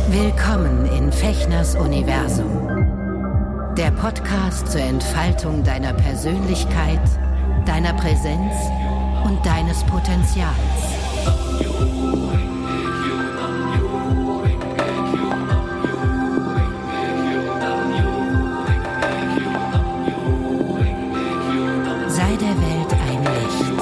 Willkommen in Fechners Universum. Der Podcast zur Entfaltung deiner Persönlichkeit, deiner Präsenz und deines Potenzials. Sei der Welt ein Licht.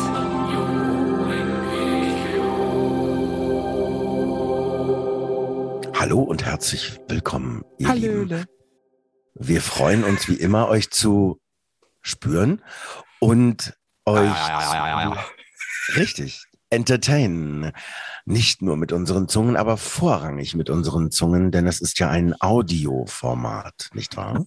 Hallo und herzlich willkommen, ihr Hallöle. Lieben. Wir freuen uns wie immer, euch zu spüren und euch richtig entertainen. Nicht nur mit unseren Zungen, aber vorrangig mit unseren Zungen, denn es ist ja ein Audioformat, nicht wahr?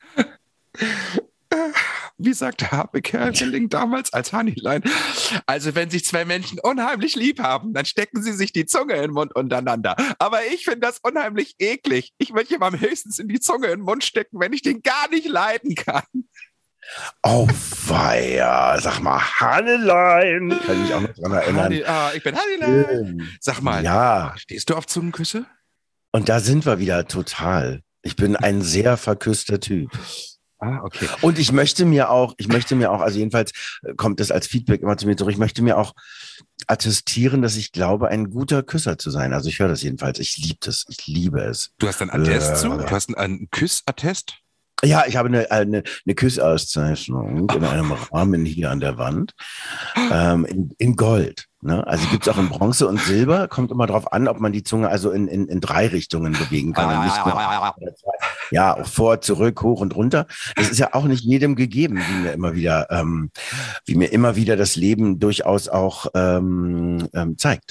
Wie sagte Harpe Kerkeling damals als Honeylein? Also wenn sich zwei Menschen unheimlich lieb haben, dann stecken sie sich die Zunge in den Mund untereinander. Aber ich finde das unheimlich eklig. Ich möchte jemandem höchstens in die Zunge in den Mund stecken, wenn ich den gar nicht leiden kann. Oh weia, sag mal, Hannelein. Kann ich mich auch noch dran erinnern. Ich bin Honeylein. Sag mal, ja. Stehst du auf Zungenküsse? Und da sind wir wieder total. Ich bin ein sehr verküsster Typ. Okay. Und ich möchte mir auch, also jedenfalls kommt das als Feedback immer zu mir zurück, ich möchte mir auch attestieren, dass ich glaube, ein guter Küsser zu sein. Also ich höre das jedenfalls, ich liebe es. Du hast einen Attest zu? Du hast einen Küssattest? Ja, ich habe eine Küssauszeichnung in einem Rahmen hier an der Wand, in Gold. Ne? Also gibt's auch in Bronze und Silber, kommt immer drauf an, ob man die Zunge also in drei Richtungen bewegen kann. Und nicht nur ja, auch vor, zurück, hoch und runter. Das ist ja auch nicht jedem gegeben, wie mir immer wieder das Leben durchaus auch zeigt.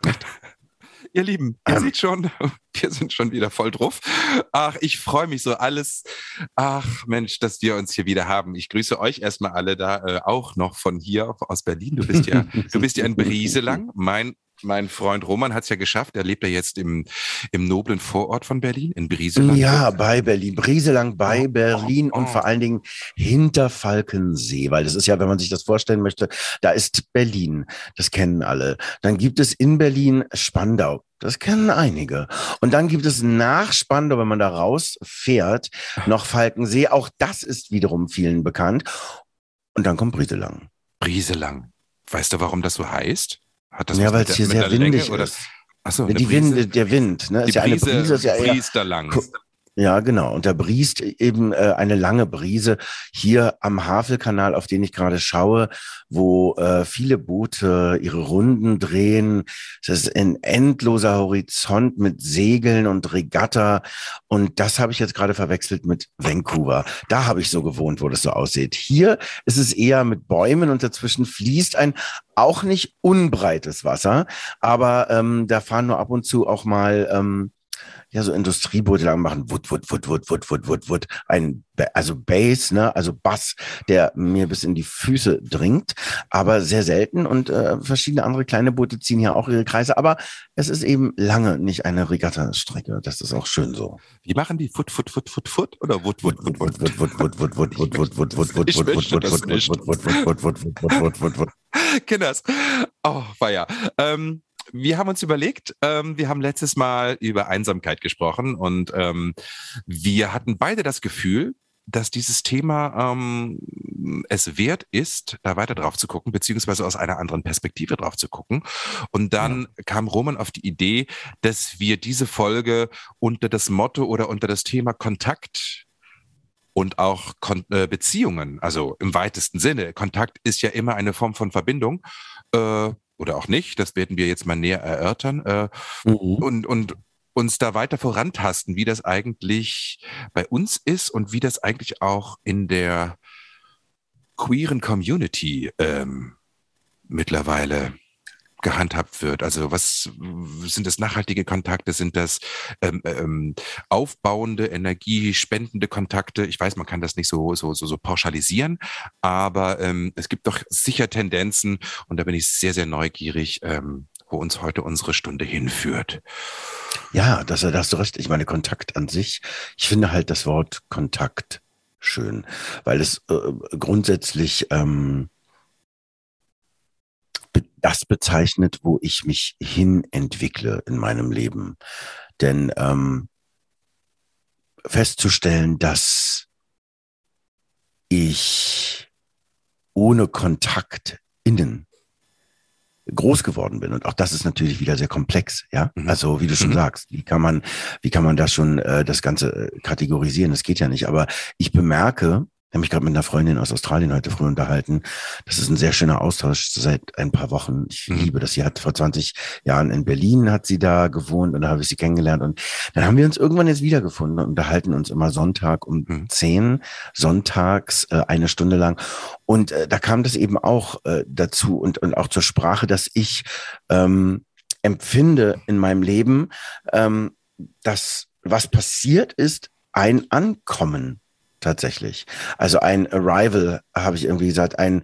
Ihr Lieben, ihr seht schon, wir sind schon wieder voll drauf. Ach, ich freue mich so alles. Ach Mensch, dass wir uns hier wieder haben. Ich grüße euch erstmal alle da, auch noch von hier aus Berlin. Du bist ja in Brieselang. Mein Freund Roman hat es ja geschafft. Er lebt ja jetzt im noblen Vorort von Berlin, in Brieselang. Ja, bei Berlin. Brieselang bei Berlin und vor allen Dingen hinter Falkensee. Weil das ist ja, wenn man sich das vorstellen möchte, da ist Berlin. Das kennen alle. Dann gibt es in Berlin Spandau. Das kennen einige. Und dann gibt es nach Spandau, wenn man da rausfährt, noch Falkensee. Auch das ist wiederum vielen bekannt. Und dann kommt Brieselang. Brieselang. Weißt du, warum das so heißt? Hat das ja, weil es hier sehr windig ist. Achso, der Wind, ne? Die ist ja eine Brise, ist ja eher, briest da lang. Ja, genau. Und da briest eben eine lange Brise hier am Havelkanal, auf den ich gerade schaue, wo viele Boote ihre Runden drehen. Das ist ein endloser Horizont mit Segeln und Regatta. Und das habe ich jetzt gerade verwechselt mit Vancouver. Da habe ich so gewohnt, wo das so aussieht. Hier ist es eher mit Bäumen und dazwischen fließt ein auch nicht unbreites Wasser. Aber da fahren nur ab und zu auch mal so Industrieboote lang machen, Wut. Also Bass, ne, also Bass, der mir bis in die Füße dringt, aber sehr selten und verschiedene andere kleine Boote ziehen hier auch ihre Kreise, aber es ist eben lange nicht eine Regattastrecke, das ist auch schön so. Wie machen die Fut oder Wut? Kinders. Oh, weia. Wir haben uns überlegt, wir haben letztes Mal über Einsamkeit gesprochen und wir hatten beide das Gefühl, dass dieses Thema es wert ist, da weiter drauf zu gucken, beziehungsweise aus einer anderen Perspektive drauf zu gucken. Und dann kam Roman auf die Idee, dass wir diese Folge unter das Motto oder unter das Thema Kontakt und auch Beziehungen, also im weitesten Sinne, Kontakt ist ja immer eine Form von Verbindung, oder auch nicht, das werden wir jetzt mal näher erörtern und uns da weiter vorantasten, wie das eigentlich bei uns ist und wie das eigentlich auch in der queeren Community mittlerweile gehandhabt wird. Also was sind das nachhaltige Kontakte? Sind das aufbauende, energiespendende Kontakte? Ich weiß, man kann das nicht so pauschalisieren, aber es gibt doch sicher Tendenzen und da bin ich sehr, sehr neugierig, wo uns heute unsere Stunde hinführt. Ja, da hast du recht. Ich meine, Kontakt an sich, ich finde halt das Wort Kontakt schön, weil es grundsätzlich das bezeichnet, wo ich mich hin entwickle in meinem Leben. Denn festzustellen, dass ich ohne Kontakt innen groß geworden bin. Und auch das ist natürlich wieder sehr komplex, ja. Also wie du schon sagst, wie kann man das schon das Ganze kategorisieren? Das geht ja nicht. Aber ich bemerke, ich habe mich gerade mit einer Freundin aus Australien heute früh unterhalten. Das ist ein sehr schöner Austausch seit ein paar Wochen. Ich liebe das. Sie hat vor 20 Jahren in Berlin hat sie da gewohnt und da habe ich sie kennengelernt. Und dann haben wir uns irgendwann jetzt wiedergefunden und unterhalten uns immer Sonntag um 10, sonntags eine Stunde lang. Und da kam das eben auch dazu und auch zur Sprache, dass ich empfinde in meinem Leben, dass was passiert ist, ein Ankommen. Tatsächlich. Also ein Arrival, habe ich irgendwie gesagt, ein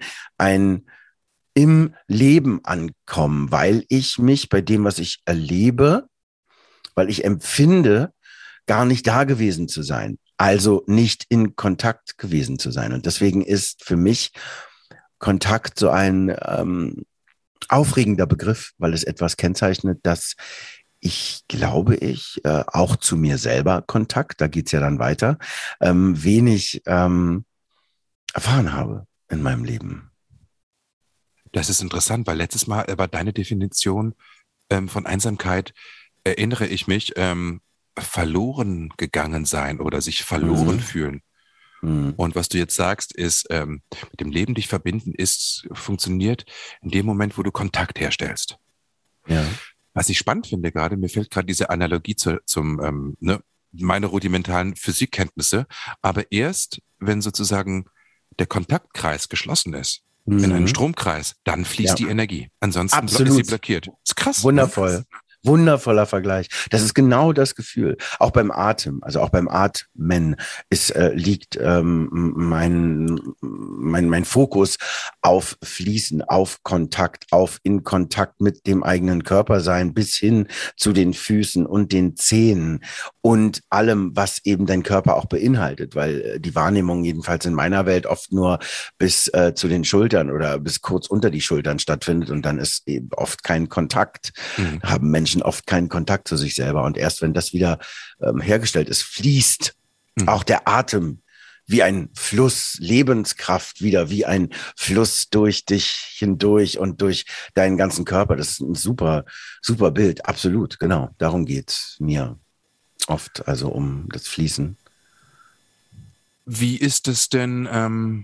im Leben ankommen, weil ich mich bei dem, was ich erlebe, weil ich empfinde, gar nicht da gewesen zu sein. Also nicht in Kontakt gewesen zu sein. Und deswegen ist für mich Kontakt so ein aufregender Begriff, weil es etwas kennzeichnet, das ich glaube, auch zu mir selber Kontakt, da geht's ja dann weiter, wenig erfahren habe in meinem Leben. Das ist interessant, weil letztes Mal war deine Definition von Einsamkeit, erinnere ich mich, verloren gegangen sein oder sich verloren fühlen. Und was du jetzt sagst, ist, mit dem Leben dich verbinden, funktioniert in dem Moment, wo du Kontakt herstellst. Ja. Was ich spannend finde gerade, mir fällt gerade diese Analogie zum meine rudimentalen Physikkenntnisse, aber erst, wenn sozusagen der Kontaktkreis geschlossen ist, in einem Stromkreis, dann fließt die Energie. Ansonsten ist sie blockiert. Das ist krass. Wundervoll. Ne? Wundervoller Vergleich. Das ist genau das Gefühl. Auch beim Atem, also auch beim Atmen liegt mein Fokus auf Fließen, auf Kontakt, auf in Kontakt mit dem eigenen Körper sein, bis hin zu den Füßen und den Zähnen und allem, was eben dein Körper auch beinhaltet, weil die Wahrnehmung jedenfalls in meiner Welt oft nur bis zu den Schultern oder bis kurz unter die Schultern stattfindet und dann ist eben oft kein Kontakt, haben Menschen oft keinen Kontakt zu sich selber. Und erst wenn das wieder hergestellt ist, fließt auch der Atem wie ein Fluss, Lebenskraft wieder, wie ein Fluss durch dich hindurch und durch deinen ganzen Körper. Das ist ein super, super Bild. Absolut, genau. Darum geht's mir oft, also um das Fließen. Wie ist es denn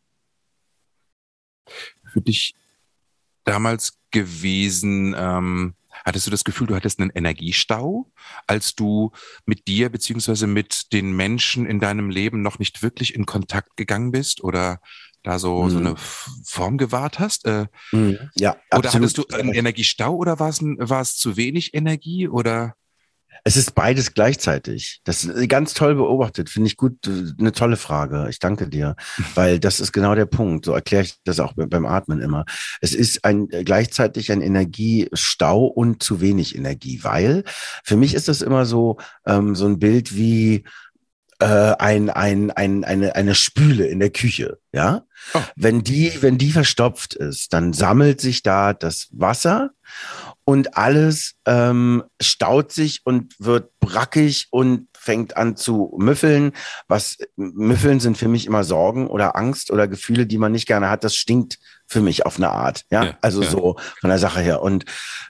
für dich damals gewesen? Hattest du das Gefühl, du hattest einen Energiestau, als du mit dir beziehungsweise mit den Menschen in deinem Leben noch nicht wirklich in Kontakt gegangen bist oder da so eine Form gewahrt hast? Ja, oder absolut. hattest du einen Energiestau oder war es zu wenig Energie oder? Es ist beides gleichzeitig. Das ist ganz toll beobachtet, finde ich gut. Eine tolle Frage. Ich danke dir, weil das ist genau der Punkt. So erkläre ich das auch beim Atmen immer. Es ist gleichzeitig ein Energiestau und zu wenig Energie, weil für mich ist das immer so ein Bild wie eine Spüle in der Küche, ja. Oh. Wenn die verstopft ist, dann sammelt sich da das Wasser und alles staut sich und wird brackig und fängt an zu müffeln. Müffeln sind für mich immer Sorgen oder Angst oder Gefühle, die man nicht gerne hat. Das stinkt für mich auf eine Art, ja. Also so von der Sache her. Und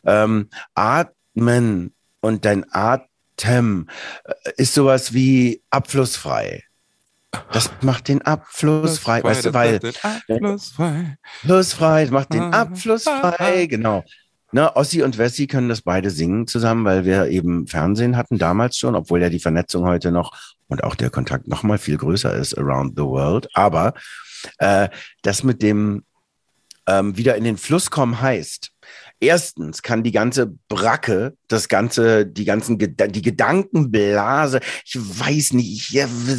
atmen und dein Atem ist sowas wie abflussfrei. Das macht den Abfluss frei, weißt du, weil Abflussfrei, das macht den Abfluss frei, genau. Ne, Ossi und Wessi können das beide singen zusammen, weil wir eben Fernsehen hatten damals schon, obwohl ja die Vernetzung heute noch und auch der Kontakt noch mal viel größer ist around the world. Aber das mit dem wieder in den Fluss kommen heißt, erstens kann die ganze Bracke, die Gedankenblase, ich weiß nicht,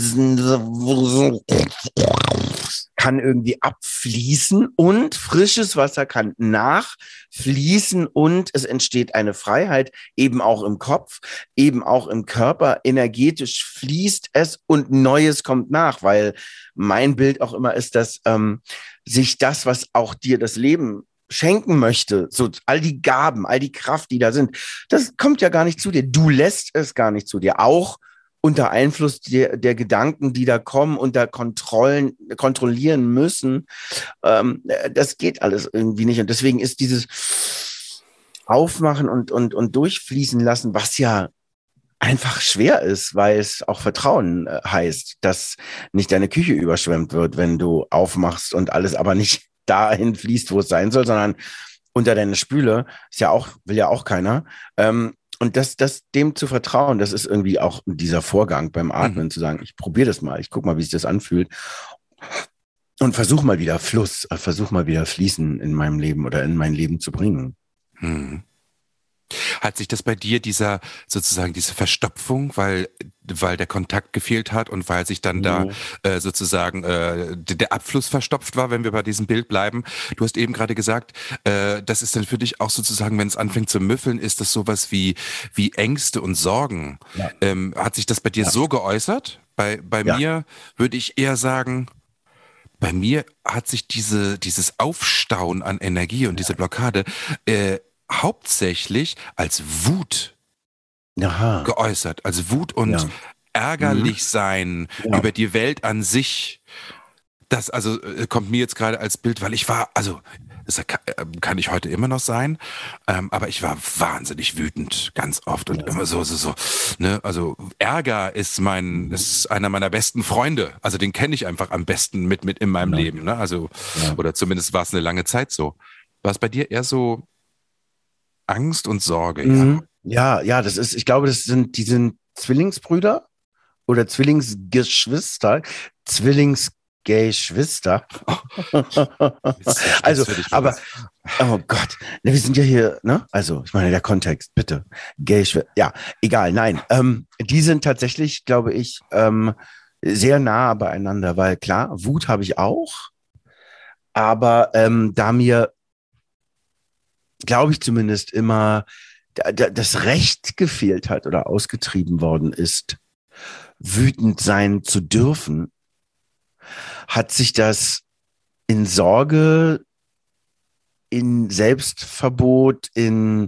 kann irgendwie abfließen und frisches Wasser kann nachfließen und es entsteht eine Freiheit, eben auch im Kopf, eben auch im Körper. Energetisch fließt es und Neues kommt nach, weil mein Bild auch immer ist, dass sich das, was auch dir das Leben schenken möchte, so all die Gaben, all die Kraft, die da sind, das kommt ja gar nicht zu dir. Du lässt es gar nicht zu dir. Auch unter Einfluss der Gedanken, die da kommen, unter kontrollieren müssen. Das geht alles irgendwie nicht. Und deswegen ist dieses Aufmachen und durchfließen lassen, was ja einfach schwer ist, weil es auch Vertrauen heißt, dass nicht deine Küche überschwemmt wird, wenn du aufmachst und alles aber nicht dahin fließt, wo es sein soll, sondern unter deine Spüle. Will ja auch keiner. Und dem zu vertrauen, das ist irgendwie auch dieser Vorgang beim Atmen, zu sagen, ich probiere das mal, ich gucke mal, wie sich das anfühlt und versuch mal wieder Fließen in meinem Leben oder in mein Leben zu bringen. Hat sich das bei dir diese Verstopfung, weil der Kontakt gefehlt hat und weil sich dann da der Abfluss verstopft war, wenn wir bei diesem Bild bleiben? Du hast eben gerade gesagt, das ist dann für dich auch sozusagen, wenn es anfängt zu müffeln, ist das sowas wie Ängste und Sorgen. Ja. Hat sich das bei dir so geäußert? Bei mir würde ich eher sagen, bei mir hat sich dieses Aufstauen an Energie und diese Blockade hauptsächlich als Wut geäußert, als Wut und ärgerlich sein über die Welt an sich. Das kommt mir jetzt gerade als Bild, weil ich war, das kann ich heute immer noch sein, aber ich war wahnsinnig wütend, ganz oft und immer so, ne, also Ärger ist einer meiner besten Freunde, also den kenne ich einfach am besten mit in meinem Leben, ne, oder zumindest war es eine lange Zeit so. War es bei dir eher so Angst und Sorge, Ja, das ist, ich glaube, die sind Zwillingsbrüder oder Zwillingsgeschwister, Zwillingsgeschwister. Also, aber, oh Gott, wir sind ja hier, ne? Also, ich meine, der Kontext, bitte. Ja, egal, nein. Die sind tatsächlich, glaube ich, sehr nah beieinander, weil klar, Wut habe ich auch, aber da mir, glaube ich zumindest, immer das Recht gefehlt hat oder ausgetrieben worden ist, wütend sein zu dürfen, hat sich das in Sorge, in Selbstverbot, in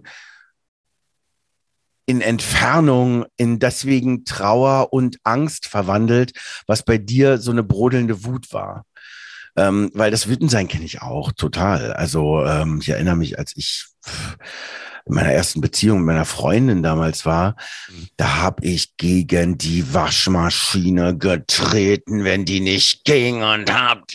Entfernung, in deswegen Trauer und Angst verwandelt, was bei dir so eine brodelnde Wut war. Weil das Wütendsein kenne ich auch total. Also ich erinnere mich, als ich in meiner ersten Beziehung mit meiner Freundin damals war, da habe ich gegen die Waschmaschine getreten, wenn die nicht ging und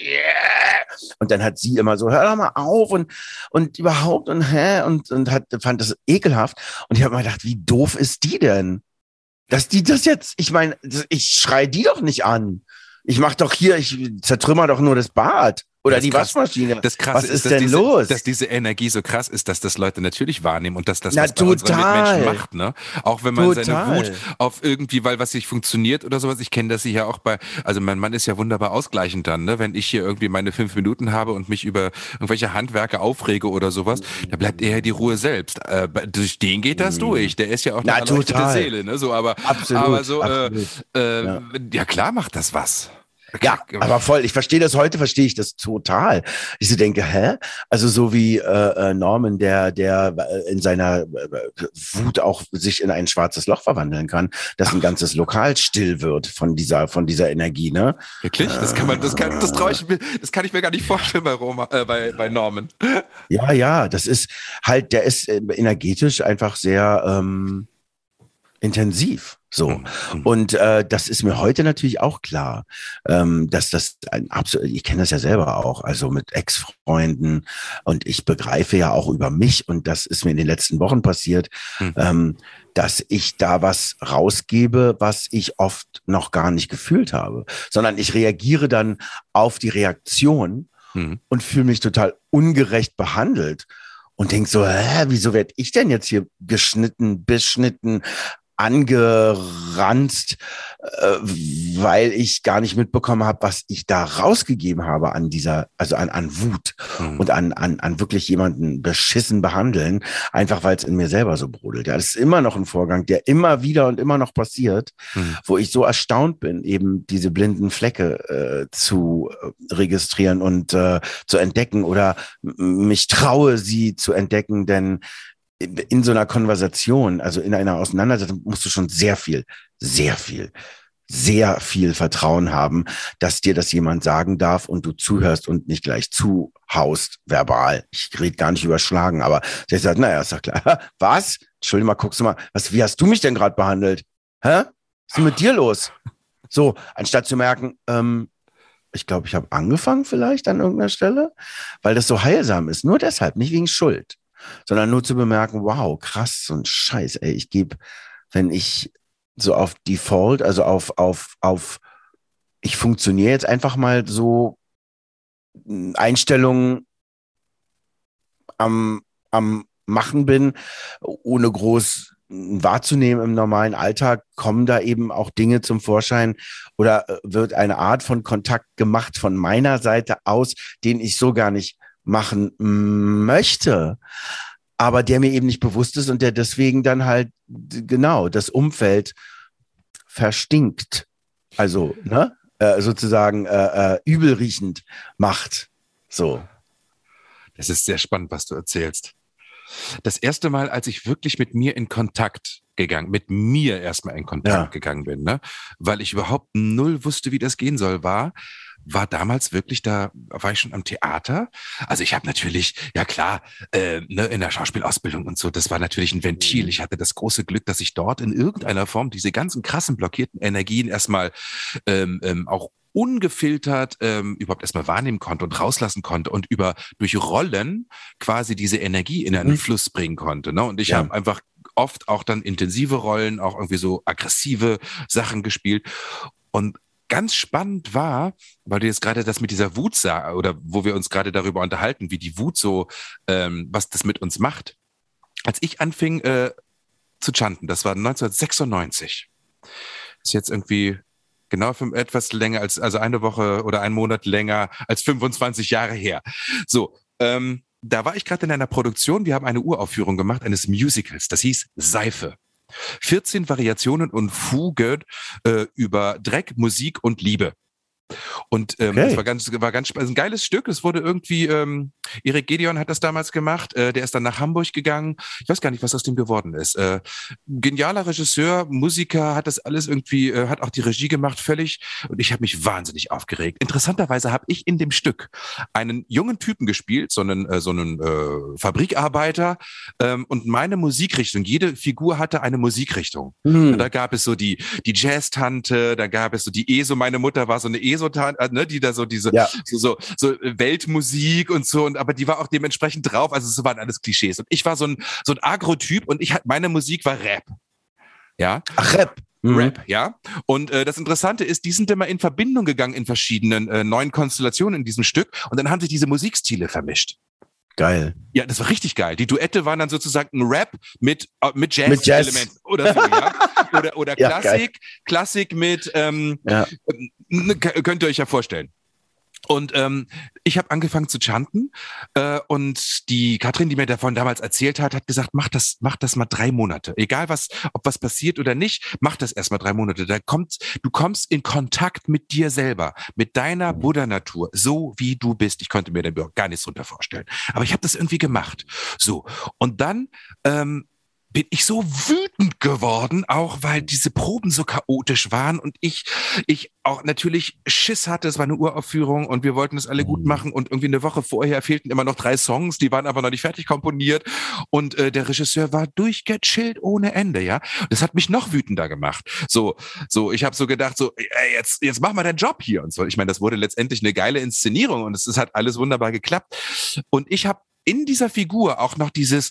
dann hat sie immer so, hör doch mal auf und überhaupt und fand das ekelhaft. Und ich habe mir gedacht, wie doof ist die denn? Dass die das jetzt, ich meine, ich schreie die doch nicht an. Ich zertrümmer doch nur das Bad oder die Waschmaschine. Das Krasse Was ist denn los? Dass diese Energie so krass ist, dass das Leute natürlich wahrnehmen und dass das was bei unseren Mitmenschen macht, ne? Auch wenn man seine Wut auf irgendwie, weil was nicht funktioniert oder sowas. Ich kenne das hier auch also mein Mann ist ja wunderbar ausgleichend dann, ne? Wenn ich hier irgendwie meine 5 Minuten habe und mich über irgendwelche Handwerke aufrege oder sowas, da bleibt eher die Ruhe selbst. Durch den geht das durch. Der ist ja auch eine erleuchtete Seele, ne? So, absolut. Ja klar macht das was. Ja, aber voll. Verstehe ich das total. Ich so denke, Also so wie Norman, der in seiner Wut auch sich in ein schwarzes Loch verwandeln kann, dass ein ganzes Lokal still wird von dieser Energie, ne? Wirklich? Das kann ich mir gar nicht vorstellen bei Norman. Ja, das ist halt, der ist energetisch einfach sehr intensiv. So. Und das ist mir heute natürlich auch klar, dass das ich kenne das ja selber auch, also mit Ex-Freunden und ich begreife ja auch über mich und das ist mir in den letzten Wochen passiert, dass ich da was rausgebe, was ich oft noch gar nicht gefühlt habe, sondern ich reagiere dann auf die Reaktion und fühle mich total ungerecht behandelt und denke so, wieso werde ich denn jetzt hier beschnitten, angeranzt, weil ich gar nicht mitbekommen habe, was ich da rausgegeben habe an an Wut und an wirklich jemanden beschissen behandeln, einfach weil es in mir selber so brodelt. Ja, das ist immer noch ein Vorgang, der immer wieder und immer noch passiert, wo ich so erstaunt bin, eben diese blinden Flecke zu registrieren und zu entdecken oder mich traue, sie zu entdecken, denn in so einer Konversation, also in einer Auseinandersetzung, musst du schon sehr viel Vertrauen haben, dass dir das jemand sagen darf und du zuhörst und nicht gleich zuhaust verbal. Ich rede gar nicht überschlagen, aber der sagt, naja, ist doch klar. Was? Entschuldigung mal, guckst du mal, wie hast du mich denn gerade behandelt? Hä? Was ist denn mit dir los? So, anstatt zu merken, ich glaube, ich habe angefangen vielleicht an irgendeiner Stelle, weil das so heilsam ist. Nur deshalb, nicht wegen Schuld, sondern nur zu bemerken, wow, krass, so ein Scheiß, ey, ich gebe, wenn ich so auf Default, also auf ich funktioniere jetzt einfach mal so Einstellungen am Machen bin, ohne groß wahrzunehmen im normalen Alltag, kommen da eben auch Dinge zum Vorschein oder wird eine Art von Kontakt gemacht von meiner Seite aus, den ich so gar nicht machen möchte, aber der mir eben nicht bewusst ist und der deswegen dann halt genau das Umfeld verstinkt, also sozusagen übelriechend macht. So. Das ist sehr spannend, was du erzählst. Das erste Mal, als ich wirklich mit mir erstmal in Kontakt gegangen bin, ne? Weil ich überhaupt null wusste, wie das gehen soll, war damals wirklich, da war ich schon am Theater. Also ich habe natürlich, ja klar, in der Schauspielausbildung und so, das war natürlich ein Ventil. Ich hatte das große Glück, dass ich dort in irgendeiner Form diese ganzen krassen blockierten Energien erstmal auch ungefiltert überhaupt erstmal wahrnehmen konnte und rauslassen konnte und durch Rollen quasi diese Energie in einen Fluss bringen konnte. Ne? Und ich habe einfach oft auch dann intensive Rollen, auch irgendwie so aggressive Sachen gespielt. Und ganz spannend war, weil du jetzt gerade das mit dieser Wut sagst, oder wo wir uns gerade darüber unterhalten, wie die Wut so, was das mit uns macht. Als ich anfing zu chanten, das war 1996. Ist jetzt irgendwie genau für etwas länger also eine Woche oder einen Monat länger als 25 Jahre her. So, da war ich gerade in einer Produktion, wir haben eine Uraufführung gemacht eines Musicals, das hieß Seife. 14 Variationen und Fugen über Dreck, Musik und Liebe. Und das war ganz ein geiles Stück. Es wurde irgendwie, Erik Gedeon hat das damals gemacht. Der ist dann nach Hamburg gegangen. Ich weiß gar nicht, was aus dem geworden ist. Genialer Regisseur, Musiker, hat das alles irgendwie, hat auch die Regie gemacht, völlig. Und ich habe mich wahnsinnig aufgeregt. Interessanterweise habe ich in dem Stück einen jungen Typen gespielt, so einen Fabrikarbeiter. Und meine Musikrichtung, jede Figur hatte eine Musikrichtung. Da gab es so die Jazz-Tante, da gab es so die ESO. Meine Mutter war so eine ESO, ne, die da so diese so Weltmusik und so, und aber die war auch dementsprechend drauf, also es waren alles Klischees. Und ich war so ein Agro-Typ und meine Musik war Rap. Ja. Ach, Rap. Rap, ja. Und das Interessante ist, die sind immer in Verbindung gegangen in verschiedenen neuen Konstellationen in diesem Stück und dann haben sich diese Musikstile vermischt. Geil. Ja, das war richtig geil. Die Duette waren dann sozusagen ein Rap mit Jazz-Elementen oder so, ja. Oder Klassik mit, könnt ihr euch ja vorstellen. Und ich habe angefangen zu chanten und die Katrin, die mir davon damals erzählt hat, hat gesagt, mach das mal 3 Monate. Egal ob was passiert oder nicht, mach das erstmal 3 Monate. Du kommst in Kontakt mit dir selber, mit deiner Buddha-Natur, so wie du bist. Ich konnte mir da gar nichts drunter vorstellen. Aber ich habe das irgendwie gemacht. So. Und dann bin ich so wütend geworden, auch weil diese Proben so chaotisch waren und ich auch natürlich Schiss hatte. Es war eine Uraufführung und wir wollten es alle gut machen und irgendwie eine Woche vorher fehlten immer noch 3 Songs, die waren aber noch nicht fertig komponiert und der Regisseur war durchgechillt ohne Ende, ja. Das hat mich noch wütender gemacht. So, ich habe so gedacht, so, ey, jetzt mach mal deinen Job hier und so. Ich meine, das wurde letztendlich eine geile Inszenierung und es hat alles wunderbar geklappt. Und ich habe in dieser Figur auch noch diese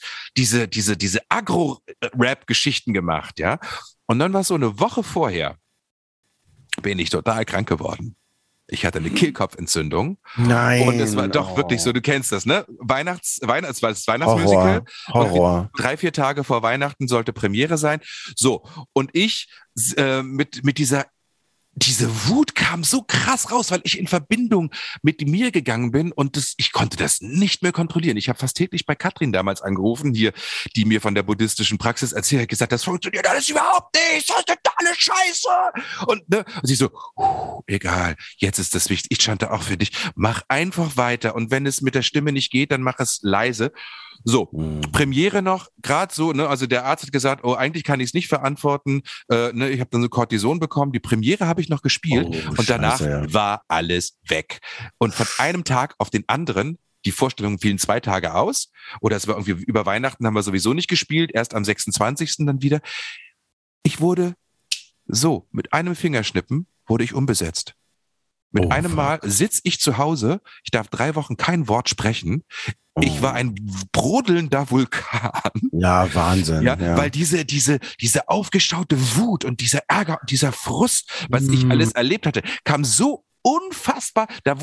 Agro-Rap-Geschichten gemacht, ja. Und dann war es so eine Woche vorher, bin ich total krank geworden. Ich hatte eine Kehlkopfentzündung. Nein. Und es war doch wirklich so, du kennst das, ne? Es war das Horror. Weihnachtsmusical. Horror. 3-4 Tage vor Weihnachten sollte Premiere sein. So, und ich mit diese Wut kam so krass raus, weil ich in Verbindung mit mir gegangen bin und ich konnte das nicht mehr kontrollieren. Ich habe fast täglich bei Katrin damals angerufen, hier, die mir von der buddhistischen Praxis erzählt, hat gesagt, das funktioniert alles überhaupt nicht, das ist totale Scheiße. Und sie so, egal, jetzt ist das wichtig, ich chante auch für dich, mach einfach weiter und wenn es mit der Stimme nicht geht, dann mach es leise. So, Premiere noch, gerade so, ne, also der Arzt hat gesagt, oh, eigentlich kann ich es nicht verantworten, ich habe dann so Cortison bekommen, die Premiere habe ich noch gespielt und danach war alles weg. Und von einem Tag auf den anderen, die Vorstellungen fielen 2 Tage aus oder es war irgendwie über Weihnachten, haben wir sowieso nicht gespielt, erst am 26. dann wieder. Ich wurde so, mit einem Fingerschnippen wurde ich umbesetzt. Mit einem Mal sitze ich zu Hause, ich darf 3 Wochen kein Wort sprechen. Ich war ein brodelnder Vulkan. Ja, Wahnsinn. Ja. Weil diese aufgestaute Wut und dieser Ärger und dieser Frust, was ich alles erlebt hatte, kam so unfassbar.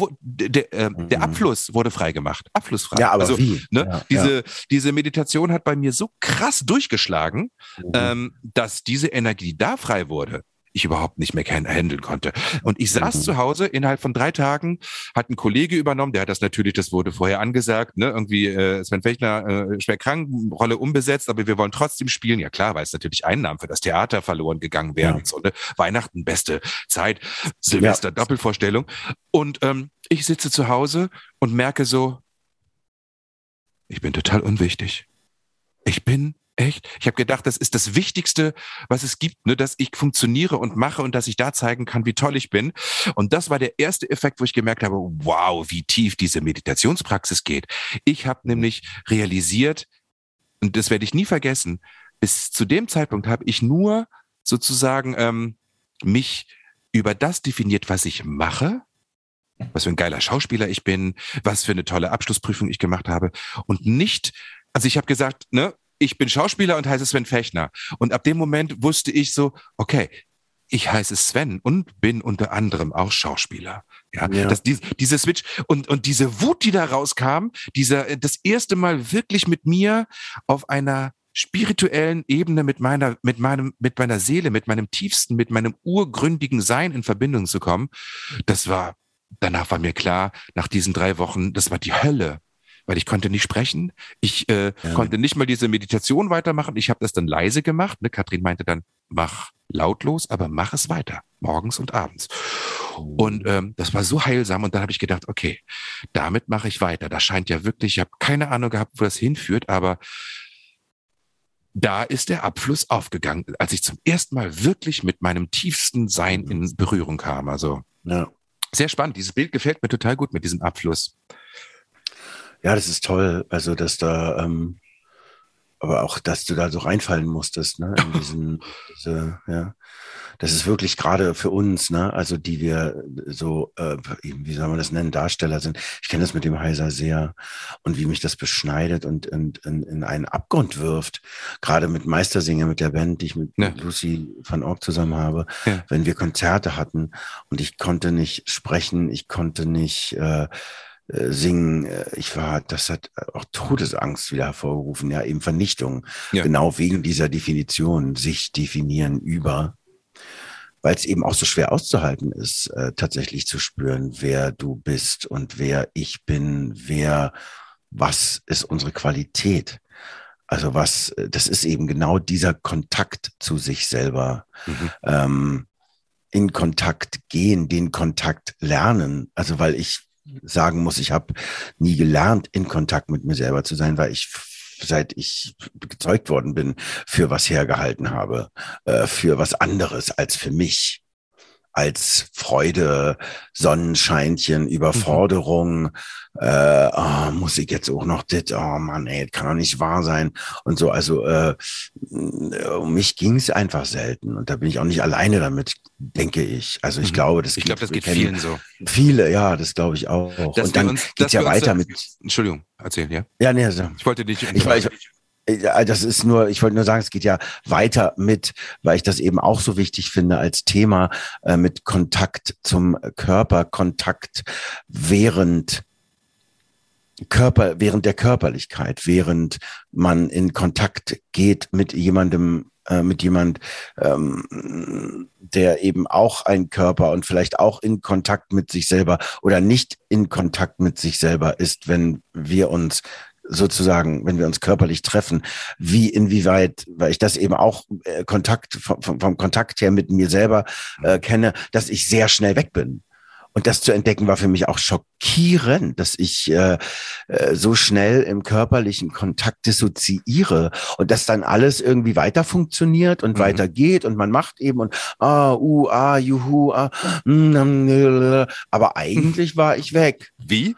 Der Abfluss wurde freigemacht. Abflussfrei. Ja, aber also, wie? Ne, diese Meditation hat bei mir so krass durchgeschlagen, dass diese Energie da frei wurde, ich überhaupt nicht mehr handeln konnte. Und ich saß zu Hause, innerhalb von 3 Tagen hat ein Kollege übernommen, der hat das natürlich, das wurde vorher angesagt, ne, irgendwie Sven Fechner schwer krank, Rolle umbesetzt, aber wir wollen trotzdem spielen. Ja klar, weil es natürlich Einnahmen für das Theater verloren gegangen wären und so, ne? Weihnachten, beste Zeit, Silvester, Doppelvorstellung. Und ich sitze zu Hause und merke so, ich bin total unwichtig. Ich habe gedacht, das ist das Wichtigste, was es gibt, ne, dass ich funktioniere und mache und dass ich da zeigen kann, wie toll ich bin. Und das war der erste Effekt, wo ich gemerkt habe, wow, wie tief diese Meditationspraxis geht. Ich habe nämlich realisiert, und das werde ich nie vergessen, bis zu dem Zeitpunkt habe ich nur sozusagen mich über das definiert, was ich mache, was für ein geiler Schauspieler ich bin, was für eine tolle Abschlussprüfung ich gemacht habe und nicht, also ich habe gesagt, ne, ich bin Schauspieler und heiße Sven Fechner. Und ab dem Moment wusste ich so, okay, ich heiße Sven und bin unter anderem auch Schauspieler. Ja. Diese Switch und diese Wut, die da rauskam, das erste Mal wirklich mit mir auf einer spirituellen Ebene mit meiner Seele, mit meinem tiefsten, mit meinem urgründigen Sein in Verbindung zu kommen, danach war mir klar, nach diesen 3 Wochen, das war die Hölle. Weil ich konnte nicht sprechen. Ich konnte nicht mal diese Meditation weitermachen. Ich habe das dann leise gemacht. Ne? Katrin meinte dann, mach lautlos, aber mach es weiter, morgens und abends. Und das war so heilsam. Und dann habe ich gedacht, okay, damit mache ich weiter. Das scheint ja wirklich, ich habe keine Ahnung gehabt, wo das hinführt, aber da ist der Abfluss aufgegangen, als ich zum ersten Mal wirklich mit meinem tiefsten Sein in Berührung kam. Also sehr spannend. Dieses Bild gefällt mir total gut mit diesem Abfluss. Ja, das ist toll. Also, dass da, aber auch, dass du da so reinfallen musstest, ne? In das ist wirklich gerade für uns, ne? Also, die wir so, wie soll man das nennen, Darsteller sind. Ich kenne das mit dem Heiser sehr und wie mich das beschneidet und in einen Abgrund wirft. Gerade mit Meistersinger, mit der Band, die ich mit Lucy van Ork zusammen habe, wenn wir Konzerte hatten und ich konnte nicht sprechen, ich konnte nicht, singen, das hat auch Todesangst wieder hervorgerufen, ja, eben Vernichtung, genau wegen dieser Definition, sich definieren über, weil es eben auch so schwer auszuhalten ist, tatsächlich zu spüren, wer du bist und wer ich bin, was ist unsere Qualität. Also das ist eben genau dieser Kontakt zu sich selber, in Kontakt gehen, den Kontakt lernen, also weil ich sagen muss, ich habe nie gelernt, in Kontakt mit mir selber zu sein, weil ich, seit ich gezeugt worden bin, für was hergehalten habe, für was anderes als für mich, als Freude, Sonnenscheinchen, Überforderung, muss ich jetzt auch noch das, oh Mann, ey, kann doch nicht wahr sein und so, also um mich ging es einfach selten und da bin ich auch nicht alleine damit, denke ich. Also ich glaube, das geht vielen so. Viele, ja, das glaube ich auch. Und dann geht's ja weiter mit... Entschuldigung, erzählen, ja? Ja, nee, also, ich wollte dich... Das ist nur, ich wollte nur sagen, es geht ja weiter mit, weil ich das eben auch so wichtig finde als Thema, mit Kontakt zum Körper, Kontakt während der Körperlichkeit, während man in Kontakt geht mit jemandem, der eben auch ein Körper und vielleicht auch in Kontakt mit sich selber oder nicht in Kontakt mit sich selber ist, wenn wir uns körperlich treffen, inwieweit, weil ich das eben auch vom Kontakt her mit mir selber kenne, dass ich sehr schnell weg bin. Und das zu entdecken war für mich auch schockierend, dass ich so schnell im körperlichen Kontakt dissoziiere und dass dann alles irgendwie weiter funktioniert und weitergeht und man macht eben und juhu, aber eigentlich war ich weg. Wie?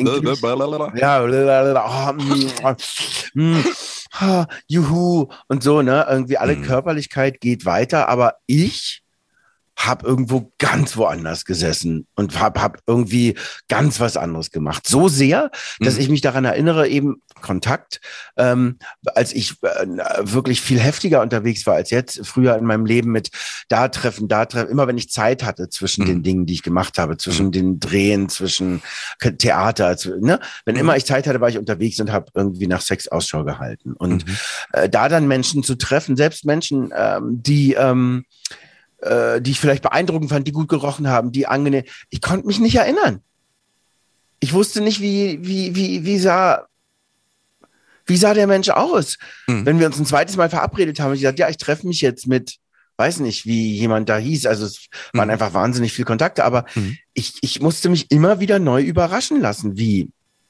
Juhu und so, ne? Irgendwie alle Körperlichkeit geht weiter, aber ich habe irgendwo ganz woanders gesessen und hab irgendwie ganz was anderes gemacht. So sehr, dass ich mich daran erinnere, eben Kontakt, als ich wirklich viel heftiger unterwegs war als jetzt, früher in meinem Leben mit da treffen, immer wenn ich Zeit hatte zwischen den Dingen, die ich gemacht habe, zwischen den Drehen, zwischen Theater, ne? Wenn immer ich Zeit hatte, war ich unterwegs und habe irgendwie nach Sex Ausschau gehalten. Und da dann Menschen zu treffen, selbst Menschen, die ich vielleicht beeindruckend fand, die gut gerochen haben, die angenehm. Ich konnte mich nicht erinnern. Ich wusste nicht, wie sah der Mensch aus. Wenn wir uns ein zweites Mal verabredet haben, ich gesagt, ja, ich treffe mich jetzt mit, weiß nicht, wie jemand da hieß. Also es waren einfach wahnsinnig viele Kontakte, aber ich musste mich immer wieder neu überraschen lassen, wie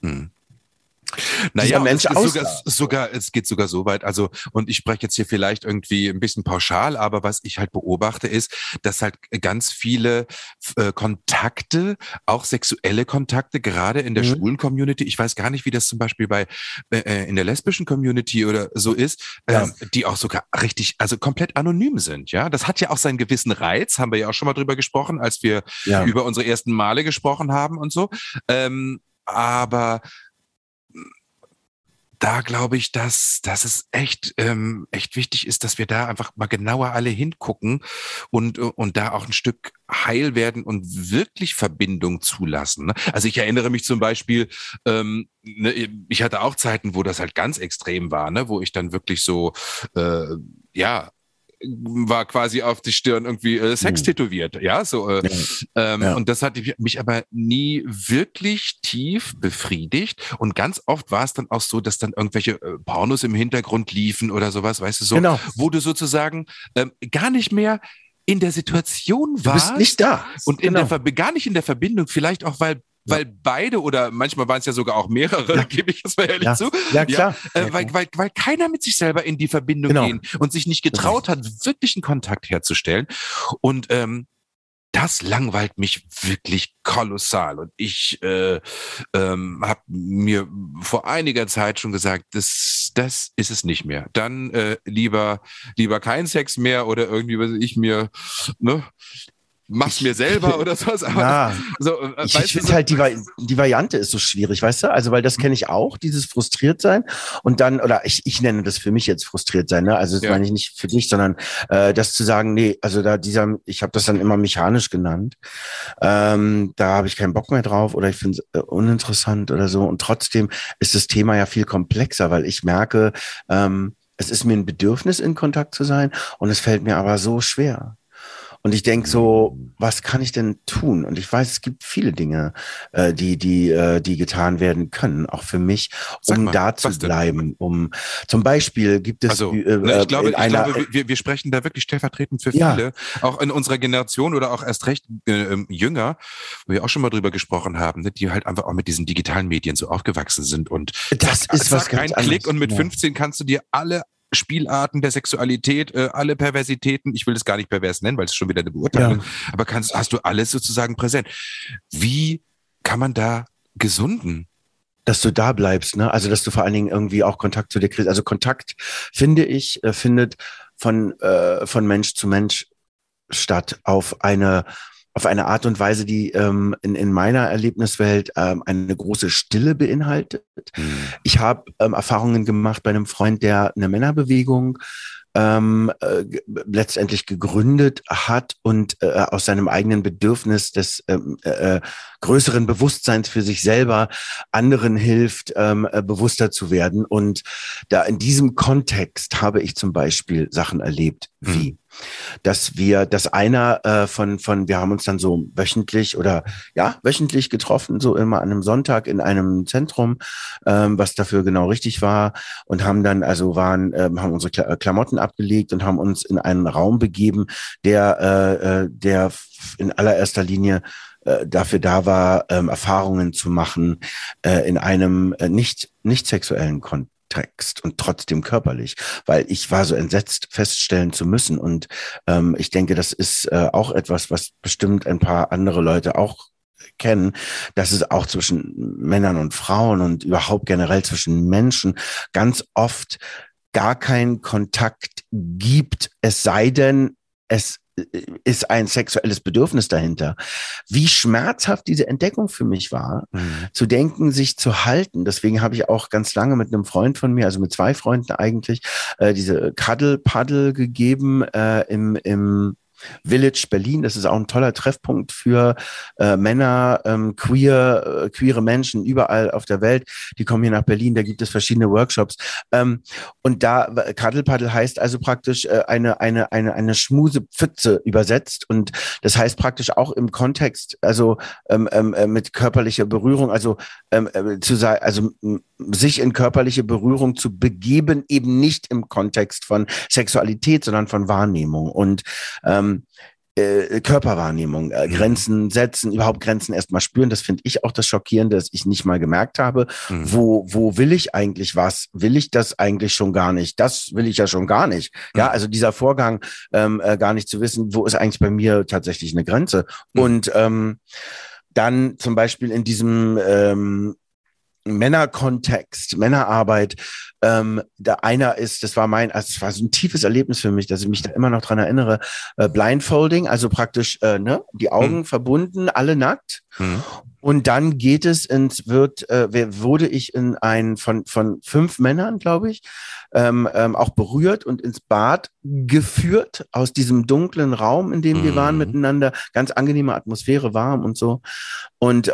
Naja, Mensch es geht sogar so weit, also, und ich spreche jetzt hier vielleicht irgendwie ein bisschen pauschal, aber was ich halt beobachte ist, dass halt ganz viele Kontakte, auch sexuelle Kontakte, gerade in der schwulen Community, ich weiß gar nicht, wie das zum Beispiel in der lesbischen Community oder so ist, die auch sogar richtig, also komplett anonym sind, ja. Das hat ja auch seinen gewissen Reiz, haben wir ja auch schon mal drüber gesprochen, als wir über unsere ersten Male gesprochen haben und so, aber da glaube ich, dass es echt wichtig ist, dass wir da einfach mal genauer alle hingucken und da auch ein Stück heil werden und wirklich Verbindung zulassen. Ne? Also ich erinnere mich zum Beispiel, ich hatte auch Zeiten, wo das halt ganz extrem war, ne? Wo ich dann wirklich so, war quasi auf die Stirn irgendwie Sex tätowiert, ja, so und das hat mich aber nie wirklich tief befriedigt und ganz oft war es dann auch so, dass dann irgendwelche Pornos im Hintergrund liefen oder sowas, weißt du, so, wo du sozusagen gar nicht mehr in der Situation warst. Du bist nicht da. Und gar nicht in der Verbindung, vielleicht auch, weil beide oder manchmal waren es ja sogar auch mehrere, gebe ich jetzt mal ehrlich zu. Ja, klar. Weil keiner mit sich selber in die Verbindung gehen und sich nicht getraut hat, wirklich einen Kontakt herzustellen. Und das langweilt mich wirklich kolossal. Und ich habe mir vor einiger Zeit schon gesagt, das ist es nicht mehr. Dann lieber kein Sex mehr oder irgendwie, was ich mir, ne? Mach's mir selber oder sowas. Aber ich finde halt, die Variante ist so schwierig, weißt du? Also, weil das kenne ich auch, dieses frustriert sein und dann, oder ich nenne das für mich jetzt frustriert sein, ne? Also, das meine ich nicht für dich, sondern das zu sagen, nee, also ich habe das dann immer mechanisch genannt. Da habe ich keinen Bock mehr drauf oder ich finde es uninteressant oder so. Und trotzdem ist das Thema ja viel komplexer, weil ich merke, es ist mir ein Bedürfnis, in Kontakt zu sein und es fällt mir aber so schwer. Und ich denke so, was kann ich denn tun? Und ich weiß, es gibt viele Dinge, die getan werden können, auch für mich, um da zu bleiben. Zum Beispiel gibt es, also, ich glaube, wir sprechen da wirklich stellvertretend für viele, auch in unserer Generation oder auch erst recht jünger, wo wir auch schon mal drüber gesprochen haben, ne, die halt einfach auch mit diesen digitalen Medien so aufgewachsen sind. Und das ist was ganz anderes. Klick und mit 15 kannst du dir alle Spielarten der Sexualität, alle Perversitäten, ich will das gar nicht pervers nennen, weil es schon wieder eine Beurteilung, aber hast du alles sozusagen präsent. Wie kann man da gesunden? Dass du da bleibst, ne? Also, dass du vor allen Dingen irgendwie auch Kontakt zu dir kriegst. Also Kontakt, finde ich, findet von Mensch zu Mensch statt auf eine auf eine Art und Weise, die in meiner Erlebniswelt eine große Stille beinhaltet. Ich habe Erfahrungen gemacht bei einem Freund, der eine Männerbewegung letztendlich gegründet hat und aus seinem eigenen Bedürfnis des größeren Bewusstseins für sich selber anderen hilft, bewusster zu werden. Und da in diesem Kontext habe ich zum Beispiel Sachen erlebt, wie dass einer wir haben uns dann so wöchentlich getroffen, so immer an einem Sonntag in einem Zentrum, was dafür genau richtig war, und haben dann haben unsere Klamotten abgelegt und haben uns in einen Raum begeben, der in allererster Linie dafür da war, Erfahrungen zu machen in einem nicht sexuellen Kontext und trotzdem körperlich, weil ich war so entsetzt, feststellen zu müssen. Und ich denke, das ist auch etwas, was bestimmt ein paar andere Leute auch kennen, dass es auch zwischen Männern und Frauen und überhaupt generell zwischen Menschen ganz oft gar keinen Kontakt gibt, es sei denn, es ist ein sexuelles Bedürfnis dahinter. Wie schmerzhaft diese Entdeckung für mich war, zu denken, sich zu halten. Deswegen habe ich auch ganz lange mit einem Freund von mir, also mit 2 Freunden eigentlich, diese Cuddle-Paddle gegeben im Village Berlin. Das ist auch ein toller Treffpunkt für Männer, queere Menschen überall auf der Welt. Die kommen hier nach Berlin, da gibt es verschiedene Workshops. Und da Cuddle Paddle heißt also praktisch eine Schmusepfütze übersetzt. Und das heißt praktisch auch im Kontext, also mit körperlicher Berührung, also sich in körperliche Berührung zu begeben, eben nicht im Kontext von Sexualität, sondern von Wahrnehmung und Körperwahrnehmung, Grenzen setzen, überhaupt Grenzen erstmal spüren. Das finde ich auch das Schockierende, dass ich nicht mal gemerkt habe, wo will ich eigentlich was? Will ich das eigentlich schon gar nicht? Das will ich ja schon gar nicht. Ja, also dieser Vorgang, gar nicht zu wissen, wo ist eigentlich bei mir tatsächlich eine Grenze? Und dann zum Beispiel in diesem Männerkontext, Männerarbeit, das war so ein tiefes Erlebnis für mich, dass ich mich da immer noch dran erinnere, Blindfolding, also praktisch die Augen verbunden, alle nackt. Und dann geht es wurde ich von 5 Männern, glaube ich, auch berührt und ins Bad geführt aus diesem dunklen Raum, in dem wir waren miteinander, ganz angenehme Atmosphäre, warm und so. Und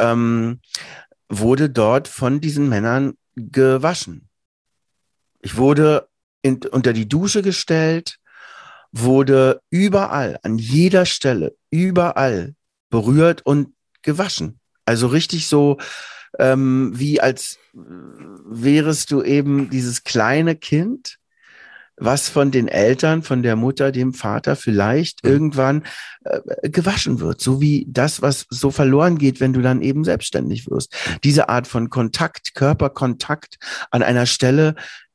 wurde dort von diesen Männern gewaschen. Ich wurde unter die Dusche gestellt, wurde überall, an jeder Stelle, überall berührt und gewaschen. Also richtig so, wie als wärest du eben dieses kleine Kind, was von den Eltern, von der Mutter, dem Vater vielleicht irgendwann gewaschen wird. So wie das, was so verloren geht, wenn du dann eben selbstständig wirst. Diese Art von Kontakt, Körperkontakt an einer Stelle,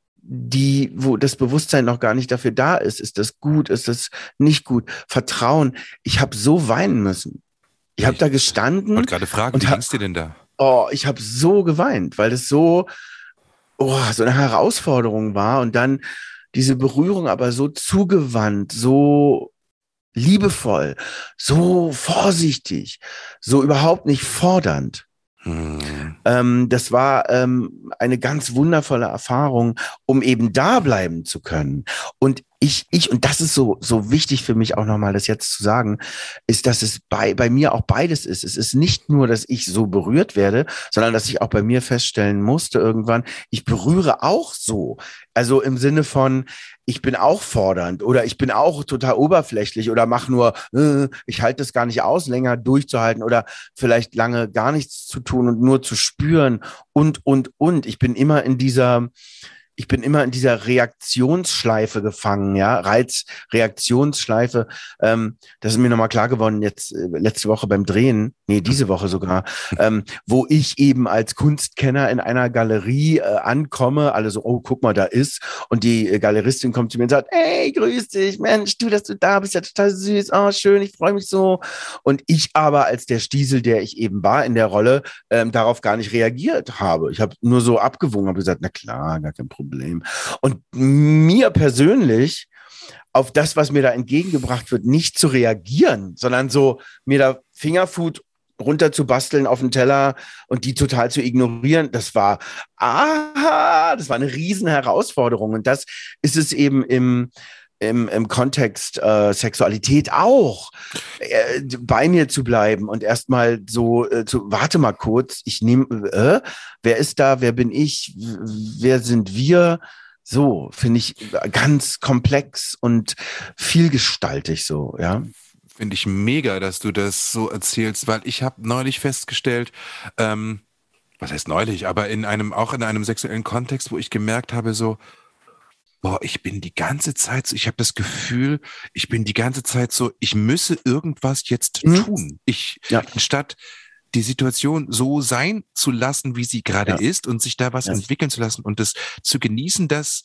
wo das Bewusstsein noch gar nicht dafür da ist. Ist das gut? Ist das nicht gut? Vertrauen. Ich habe so weinen müssen. Ich habe da gestanden. Ich wollte gerade fragen, wie ging's dir denn da? Oh, ich habe so geweint, weil das so eine Herausforderung war. Und dann diese Berührung aber so zugewandt, so liebevoll, so vorsichtig, so überhaupt nicht fordernd. Das war eine ganz wundervolle Erfahrung, um eben da bleiben zu können. Und und das ist so wichtig für mich auch nochmal, das jetzt zu sagen, ist, dass es bei mir auch beides ist. Es ist nicht nur, dass ich so berührt werde, sondern dass ich auch bei mir feststellen musste irgendwann, ich berühre auch so. Also im Sinne von, ich bin auch fordernd oder ich bin auch total oberflächlich oder mache nur, ich halte es gar nicht aus, länger durchzuhalten oder vielleicht lange gar nichts zu tun und nur zu spüren und. Ich bin immer in dieser Reaktionsschleife gefangen, ja, Reiz-Reaktionsschleife. Das ist mir nochmal klar geworden jetzt letzte Woche beim Drehen, diese Woche sogar, wo ich eben als Kunstkenner in einer Galerie ankomme, alle so, oh, guck mal, da ist. Und die Galeristin kommt zu mir und sagt, hey, grüß dich, Mensch, dass du da bist, ja total süß, oh, schön, ich freue mich so. Und ich aber als der Stiesel, der ich eben war in der Rolle, darauf gar nicht reagiert habe. Ich habe nur so abgewogen, habe gesagt, na klar, gar kein Problem. Und mir persönlich auf das, was mir da entgegengebracht wird, nicht zu reagieren, sondern so mir da Fingerfood runter zu basteln auf den Teller und die total zu ignorieren, das war eine riesen Herausforderung. Und das ist es eben im Kontext Sexualität auch, bei mir zu bleiben und erstmal so warte mal kurz, wer ist da, wer bin ich, wer sind wir? So, finde ich ganz komplex und vielgestaltig so, ja. Finde ich mega, dass du das so erzählst, weil ich habe neulich festgestellt, was heißt neulich, aber auch in einem sexuellen Kontext, wo ich gemerkt habe, so, boah, ich bin die ganze Zeit so, ich habe das Gefühl, ich bin die ganze Zeit so, ich müsse irgendwas jetzt tun. Anstatt die Situation so sein zu lassen, wie sie gerade ist und sich da was entwickeln zu lassen und das zu genießen, dass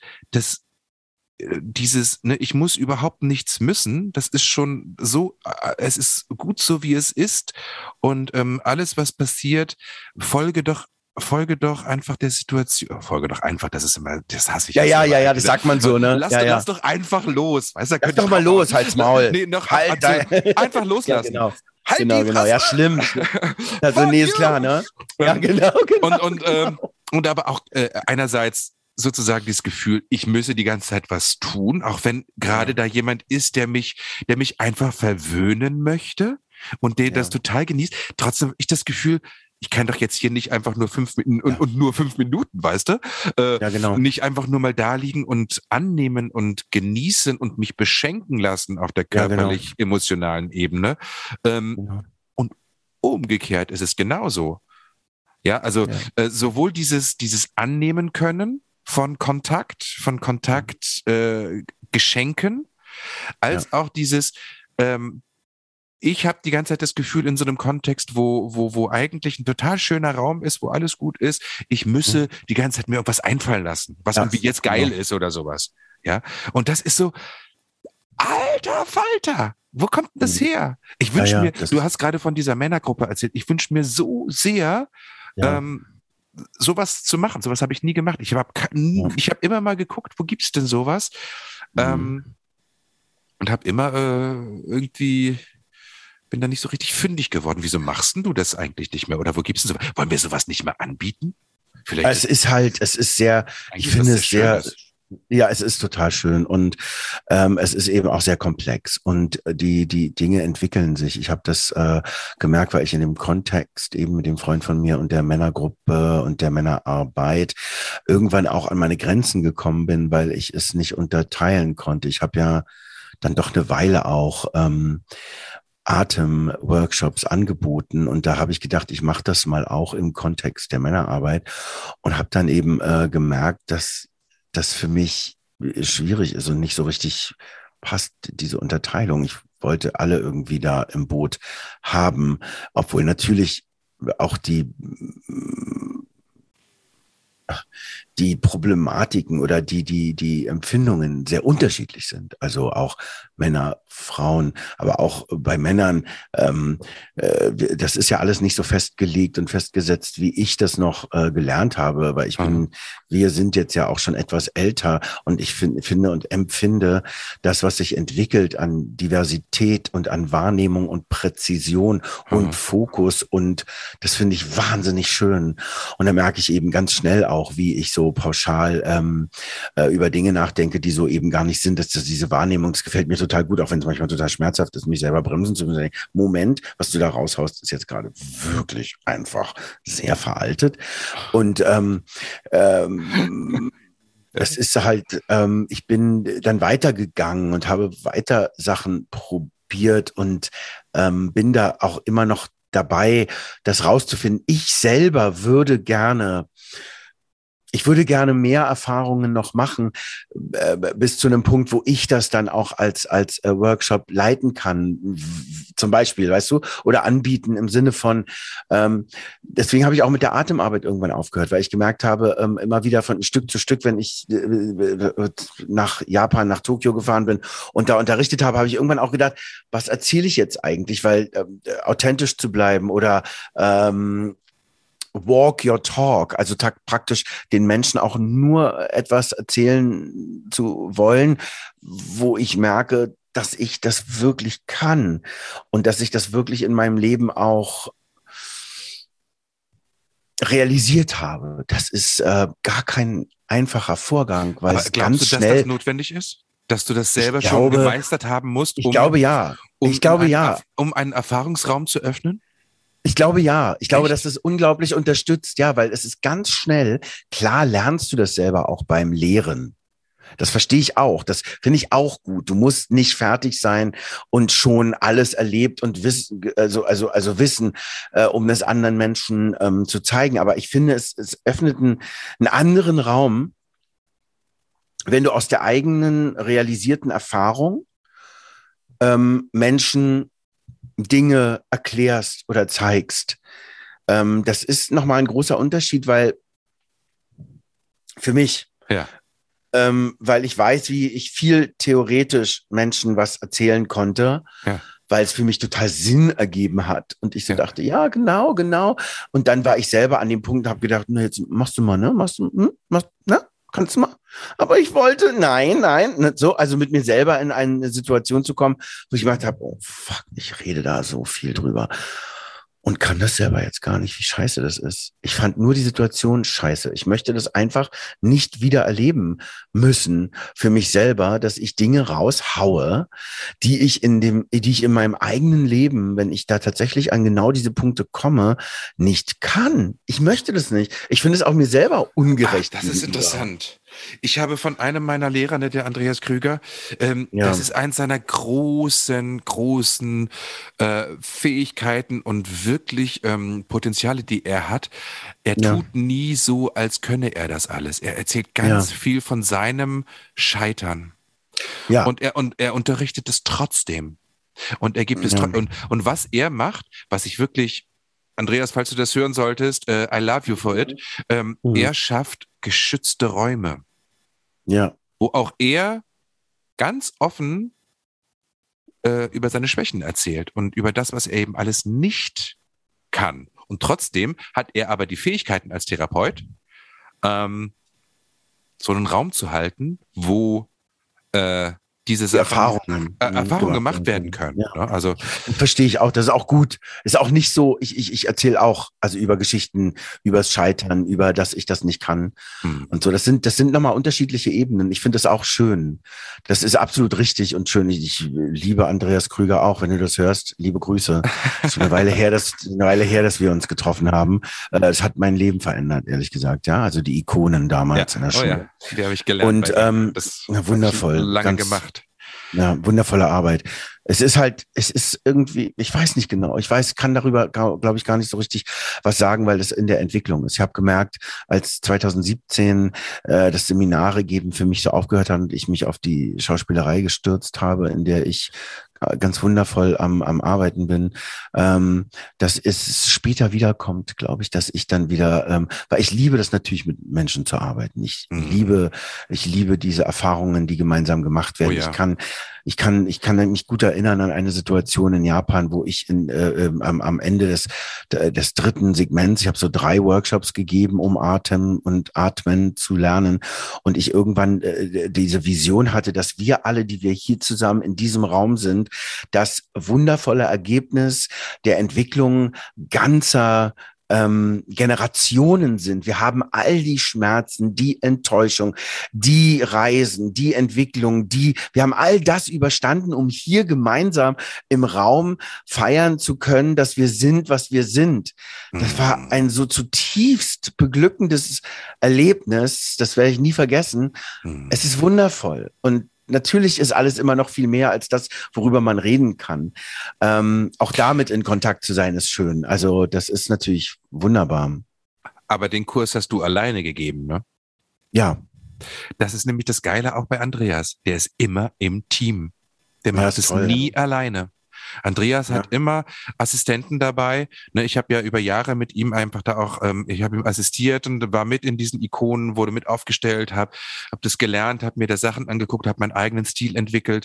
ich muss überhaupt nichts müssen, das ist schon so, es ist gut so, wie es ist und alles, was passiert, folge doch einfach der Situation, das ist immer, das hasse ich. Ja, das sagt man so, ne? Lass doch einfach los. Weißt du, lass doch mal los, halt's Maul. Nee, einfach loslassen. Ja, genau. Halt genau. Ja, schlimm. Also, nee, ist klar, ne? Ja, genau. Und aber auch einerseits sozusagen dieses Gefühl, ich müsse die ganze Zeit was tun, auch wenn gerade da jemand ist, der mich einfach verwöhnen möchte und der das total genießt. Trotzdem habe ich das Gefühl, ich kann doch jetzt hier nicht einfach nur 5 Minuten und nur 5 Minuten, weißt du? Genau. Nicht einfach nur mal da liegen und annehmen und genießen und mich beschenken lassen auf der körperlich-emotionalen Ebene. Und umgekehrt ist es genauso. Ja, also sowohl dieses Annehmen können von Kontakt, Geschenken, als auch dieses ich habe die ganze Zeit das Gefühl in so einem Kontext, wo eigentlich ein total schöner Raum ist, wo alles gut ist, ich müsse die ganze Zeit mir irgendwas einfallen lassen, was irgendwie jetzt geil ist oder sowas. Ja, und das ist so, alter Falter, wo kommt denn das her? Ich wünsche mir, du hast gerade von dieser Männergruppe erzählt, ich wünsche mir so sehr, sowas zu machen. Sowas habe ich nie gemacht. Ich hab immer mal geguckt, wo gibt's denn sowas? Und habe immer irgendwie bin da nicht so richtig fündig geworden. Wieso machst denn du das eigentlich nicht mehr? Oder wo gibt's denn sowas? Wollen wir sowas nicht mehr anbieten? Vielleicht es ist sehr, ich finde es sehr, ja, es ist total schön und es ist eben auch sehr komplex und die Dinge entwickeln sich. Ich habe das gemerkt, weil ich in dem Kontext eben mit dem Freund von mir und der Männergruppe und der Männerarbeit irgendwann auch an meine Grenzen gekommen bin, weil ich es nicht unterteilen konnte. Ich habe ja dann doch eine Weile auch Atemworkshops angeboten und da habe ich gedacht, ich mache das mal auch im Kontext der Männerarbeit und habe dann eben gemerkt, dass das für mich schwierig ist und nicht so richtig passt, diese Unterteilung. Ich wollte alle irgendwie da im Boot haben, obwohl natürlich auch die Problematiken oder die Empfindungen sehr unterschiedlich sind. Also auch Männer, Frauen, aber auch bei Männern, das ist ja alles nicht so festgelegt und festgesetzt, wie ich das noch gelernt habe, weil wir sind jetzt ja auch schon etwas älter und ich finde und empfinde das, was sich entwickelt an Diversität und an Wahrnehmung und Präzision und Fokus und das finde ich wahnsinnig schön. Und da merke ich eben ganz schnell auch, wie ich so pauschal über Dinge nachdenke, die so eben gar nicht sind, dass diese Wahrnehmung, das gefällt mir total gut, auch wenn es manchmal total schmerzhaft ist, mich selber bremsen zu müssen. Moment, was du da raushaust, ist jetzt gerade wirklich einfach sehr veraltet. Und das ist halt, ich bin dann weitergegangen und habe weiter Sachen probiert und bin da auch immer noch dabei, das rauszufinden. Ich selber würde gerne mehr Erfahrungen noch machen, bis zu einem Punkt, wo ich das dann auch als Workshop leiten kann, zum Beispiel, weißt du, oder anbieten im Sinne von, deswegen habe ich auch mit der Atemarbeit irgendwann aufgehört, weil ich gemerkt habe, immer wieder von Stück zu Stück, wenn ich nach Japan, nach Tokio gefahren bin und da unterrichtet habe, habe ich irgendwann auch gedacht, was erzähle ich jetzt eigentlich, weil authentisch zu bleiben oder walk your talk, also praktisch den Menschen auch nur etwas erzählen zu wollen, wo ich merke, dass ich das wirklich kann und dass ich das wirklich in meinem Leben auch realisiert habe. Das ist gar kein einfacher Vorgang, weil Aber es glaubst ganz du, dass schnell, das notwendig ist? Dass du das ich selber schon glaube, gemeistert haben musst, ich glaube ja. Ich glaube ja. um einen Erfahrungsraum zu öffnen? Ich glaube ja. Ich glaube, dass Echt? das unglaublich unterstützt, ja, weil es ist ganz schnell. Klar lernst du das selber auch beim Lehren. Das verstehe ich auch. Das finde ich auch gut. Du musst nicht fertig sein und schon alles erlebt und wissen, also wissen, um es anderen Menschen zu zeigen. Aber ich finde, es öffnet einen anderen Raum, wenn du aus der eigenen realisierten Erfahrung Menschen Dinge erklärst oder zeigst. Das ist nochmal ein großer Unterschied, weil für mich, Ja. weil ich weiß, wie ich viel theoretisch Menschen was erzählen konnte, Ja. weil es für mich total Sinn ergeben hat. Und ich so Ja. dachte, ja, genau, genau. Und dann war ich selber an dem Punkt und habe gedacht, na, jetzt machst du mal, ne? Kannst du mal? Aber ich wollte, nein, nicht so, also mit mir selber in eine Situation zu kommen, wo ich gedacht habe, oh fuck, ich rede da so viel drüber und kann das selber jetzt gar nicht, wie scheiße das ist. Ich fand nur die Situation scheiße. Ich möchte das einfach nicht wieder erleben müssen für mich selber, dass ich Dinge raushaue, die ich in meinem eigenen Leben, wenn ich da tatsächlich an genau diese Punkte komme, nicht kann. Ich möchte das nicht. Ich finde es auch mir selber ungerecht. Das ist interessant. Ich habe von einem meiner Lehrer, der Andreas Krüger, das ist eins seiner großen Fähigkeiten und wirklich Potenziale, die er hat. Er tut nie so, als könne er das alles. Er erzählt ganz viel von seinem Scheitern. Ja. Und er unterrichtet es trotzdem. Und er gibt es und was er macht, was ich wirklich, Andreas, falls du das hören solltest, I love you for it. Er schafft geschützte Räume. Ja. Wo auch er ganz offen über seine Schwächen erzählt und über das, was er eben alles nicht kann. Und trotzdem hat er aber die Fähigkeiten als Therapeut, so einen Raum zu halten, wo diese Sachen, Erfahrungen gemacht werden können. Ja. Ne? Also verstehe ich auch, das ist auch gut. Ist auch nicht so, ich erzähle auch, also über Geschichten, übers Scheitern, über dass ich das nicht kann und so. Das sind nochmal unterschiedliche Ebenen. Ich finde das auch schön. Das ist absolut richtig und schön. Ich liebe Andreas Krüger auch, wenn du das hörst. Liebe Grüße. Es ist eine Weile her, dass wir uns getroffen haben. Es hat mein Leben verändert, ehrlich gesagt. Ja, also die Ikonen damals in der Schule. Ja. Die habe ich gelernt. Und das wundervoll. Lange gemacht. Ja, wundervolle Arbeit. Es ist irgendwie, ich weiß nicht genau, kann darüber, glaube ich, gar nicht so richtig was sagen, weil das in der Entwicklung ist. Ich habe gemerkt, als 2017 das Seminare geben für mich so aufgehört hat und ich mich auf die Schauspielerei gestürzt habe, in der ich ganz wundervoll am Arbeiten bin, dass es später wiederkommt, glaube ich, dass ich dann wieder, weil ich liebe das natürlich mit Menschen zu arbeiten. Ich liebe diese Erfahrungen, die gemeinsam gemacht werden. Oh ja. Ich kann mich gut erinnern an eine Situation in Japan, wo ich am Ende des dritten Segments, ich habe so 3 Workshops gegeben, um Atmen zu lernen. Und ich irgendwann diese Vision hatte, dass wir alle, die wir hier zusammen in diesem Raum sind, das wundervolle Ergebnis der Entwicklung ganzer Generationen sind. Wir haben all die Schmerzen, die Enttäuschung, die Reisen, die Entwicklung, wir haben all das überstanden, um hier gemeinsam im Raum feiern zu können, dass wir sind, was wir sind. Das war ein so zutiefst beglückendes Erlebnis, das werde ich nie vergessen. Es ist wundervoll und natürlich ist alles immer noch viel mehr als das, worüber man reden kann. Auch damit in Kontakt zu sein, ist schön. Also das ist natürlich wunderbar. Aber den Kurs hast du alleine gegeben, ne? Ja. Das ist nämlich das Geile auch bei Andreas. Der ist immer im Team. Der macht es nie alleine. Andreas hat immer Assistenten dabei. Ne, ich habe ja über Jahre mit ihm einfach da auch, ich habe ihm assistiert und war mit in diesen Ikonen, wurde mit aufgestellt, habe das gelernt, habe mir da Sachen angeguckt, habe meinen eigenen Stil entwickelt.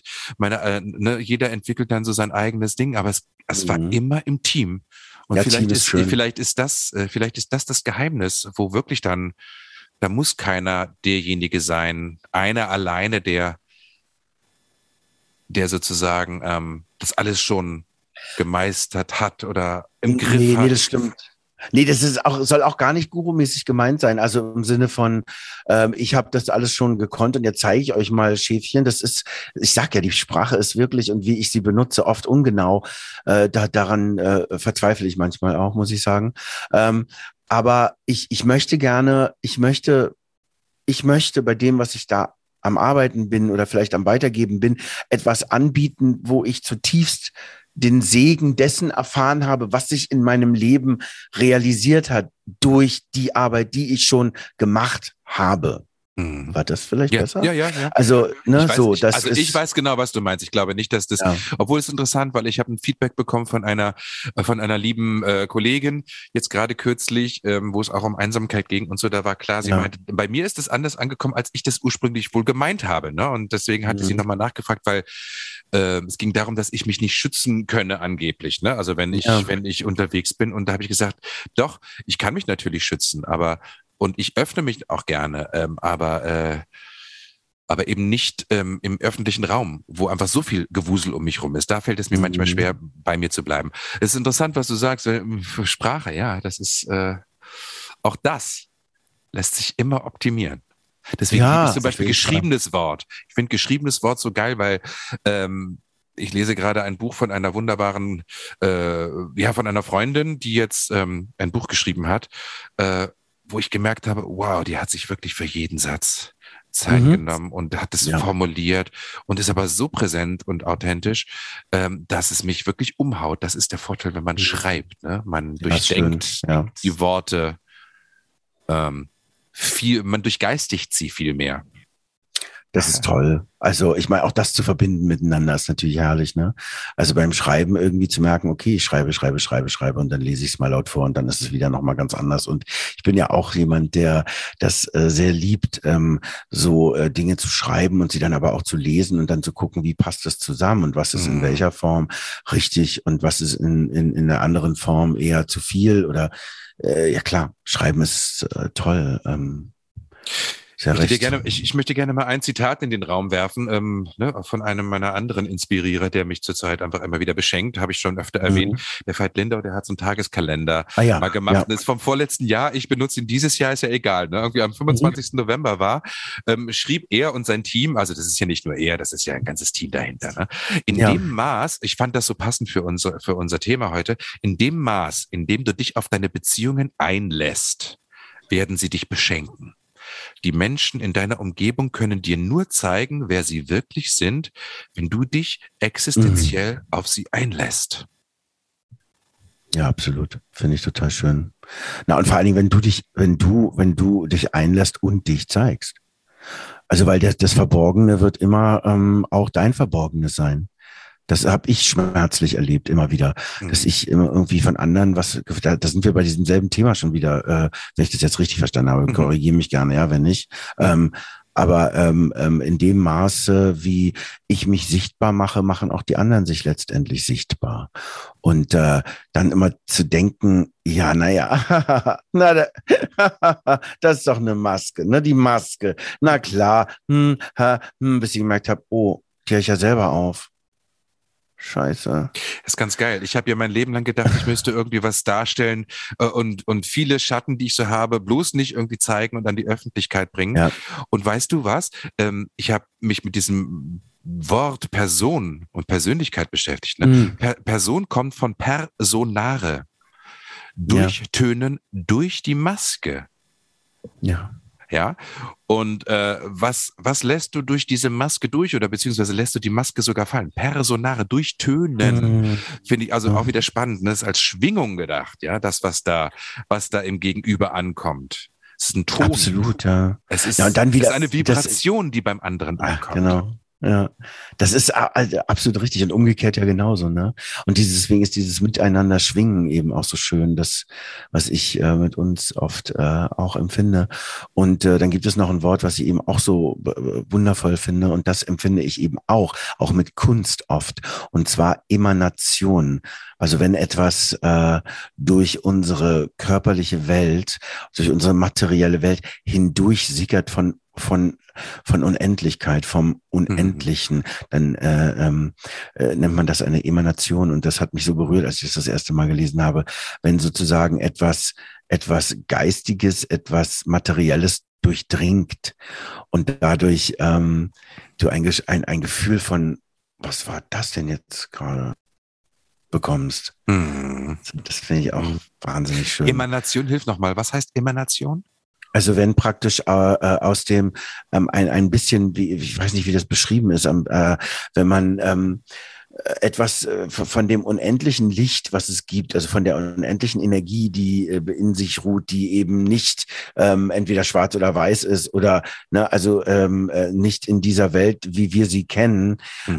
Jeder entwickelt dann so sein eigenes Ding, aber es war immer im Team. Und vielleicht ist das das Geheimnis, wo wirklich dann, da muss keiner derjenige sein, einer alleine, der der sozusagen das alles schon gemeistert hat oder im Griff hat. Nee, das stimmt. Nee, das soll auch gar nicht gurumäßig gemeint sein. Also im Sinne von, ich habe das alles schon gekonnt und jetzt zeige ich euch mal Schäfchen. Ich sag ja, die Sprache ist wirklich und wie ich sie benutze, oft ungenau. Daran verzweifle ich manchmal auch, muss ich sagen. Aber ich möchte bei dem, was ich da am Arbeiten bin oder vielleicht am Weitergeben bin, etwas anbieten, wo ich zutiefst den Segen dessen erfahren habe, was sich in meinem Leben realisiert hat durch die Arbeit, die ich schon gemacht habe. War das vielleicht besser? Ja. Also, ich weiß genau, was du meinst. Ich glaube nicht, dass das, obwohl es interessant, weil ich habe ein Feedback bekommen von einer lieben Kollegin, jetzt gerade kürzlich, wo es auch um Einsamkeit ging und so, da war klar, sie meinte, bei mir ist es anders angekommen, als ich das ursprünglich wohl gemeint habe, ne? Und deswegen hatte sie nochmal nachgefragt, weil es ging darum, dass ich mich nicht schützen könne angeblich, ne? Also wenn ich unterwegs bin, und da habe ich gesagt, doch, ich kann mich natürlich schützen, und ich öffne mich auch gerne, aber eben nicht im öffentlichen Raum, wo einfach so viel Gewusel um mich rum ist. Da fällt es mir manchmal schwer, bei mir zu bleiben. Es ist interessant, was du sagst. Für Sprache, ja, das ist auch das lässt sich immer optimieren. Deswegen liebe ich zum Beispiel geschriebenes Wort. Ich finde geschriebenes Wort so geil, weil ich lese gerade ein Buch von einer wunderbaren, von einer Freundin, die jetzt ein Buch geschrieben hat, wo ich gemerkt habe, wow, die hat sich wirklich für jeden Satz Zeit genommen und hat es formuliert und ist aber so präsent und authentisch, dass es mich wirklich umhaut. Das ist der Vorteil, wenn man schreibt, ne? Man durchdenkt die Worte man durchgeistigt sie viel mehr. Das ist toll. Also ich meine, auch das zu verbinden miteinander ist natürlich herrlich, ne? Also beim Schreiben irgendwie zu merken, okay, ich schreibe und dann lese ich es mal laut vor und dann ist es wieder nochmal ganz anders. Und ich bin ja auch jemand, der das sehr liebt, Dinge zu schreiben und sie dann aber auch zu lesen und dann zu gucken, wie passt das zusammen und was ist in welcher Form richtig und was ist in einer anderen Form eher zu viel oder ja klar, Schreiben ist toll. Ich möchte gerne mal ein Zitat in den Raum werfen, von einem meiner anderen Inspirierer, der mich zurzeit einfach immer wieder beschenkt, habe ich schon öfter erwähnt. Der Veit Lindau, der hat so einen Tageskalender mal gemacht. Das ist vom vorletzten Jahr, ich benutze ihn dieses Jahr, ist ja egal. Ne? Irgendwie am 25. November schrieb er und sein Team, also das ist ja nicht nur er, das ist ja ein ganzes Team dahinter. Ne? In dem Maß, ich fand das so passend für unser Thema heute, in dem Maß, in dem du dich auf deine Beziehungen einlässt, werden sie dich beschenken. Die Menschen in deiner Umgebung können dir nur zeigen, wer sie wirklich sind, wenn du dich existenziell auf sie einlässt. Ja, absolut. Finde ich total schön. Na, und vor allen Dingen, wenn du dich einlässt und dich zeigst. Also, weil das Verborgene wird immer auch dein Verborgenes sein. Das habe ich schmerzlich erlebt, immer wieder, dass ich immer irgendwie von anderen da sind wir bei diesem selben Thema schon wieder, wenn ich das jetzt richtig verstanden habe, korrigiere mich gerne, ja, wenn nicht. Aber in dem Maße, wie ich mich sichtbar mache, machen auch die anderen sich letztendlich sichtbar. Und dann immer zu denken, ja, naja, das ist doch eine Maske, ne, die Maske. Na klar, bis ich gemerkt habe, oh, die habe ich ja selber auf. Scheiße. Das ist ganz geil. Ich habe ja mein Leben lang gedacht, ich müsste irgendwie was darstellen und viele Schatten, die ich so habe, bloß nicht irgendwie zeigen und an die Öffentlichkeit bringen. Ja. Und weißt du was? Ich habe mich mit diesem Wort Person und Persönlichkeit beschäftigt. Ne? Person kommt von personare. Durchtönen durch die Maske. Ja. Ja, und was lässt du durch diese Maske durch oder beziehungsweise lässt du die Maske sogar fallen? Personare, durchtönen, finde ich also auch wieder spannend. Das ist als Schwingung gedacht, ja, das, was da im Gegenüber ankommt. Es ist ein Ton. Absolut, ja. Es ist, und dann wieder, es ist eine Vibration, die beim anderen ankommt. Genau. Ja, das ist absolut richtig und umgekehrt ja genauso, ne? Und deswegen ist dieses Miteinander schwingen eben auch so schön, das, was ich mit uns oft auch empfinde. Und dann gibt es noch ein Wort, was ich eben auch so wundervoll finde und das empfinde ich eben auch mit Kunst oft und zwar Emanation. Also wenn etwas durch unsere körperliche Welt, durch unsere materielle Welt hindurch sickert von von Unendlichkeit, vom Unendlichen, dann nennt man das eine Emanation. Und das hat mich so berührt, als ich das erste Mal gelesen habe, wenn sozusagen etwas Geistiges, etwas Materielles durchdringt und dadurch du ein Gefühl von, was war das denn jetzt gerade, bekommst. Das finde ich auch wahnsinnig schön. Emanation, hilft nochmal. Was heißt Emanation? Also wenn praktisch aus dem ein bisschen, wie, ich weiß nicht, wie das beschrieben ist, wenn man etwas von dem unendlichen Licht, was es gibt, also von der unendlichen Energie, die in sich ruht, die eben nicht entweder schwarz oder weiß ist oder also nicht in dieser Welt, wie wir sie kennen,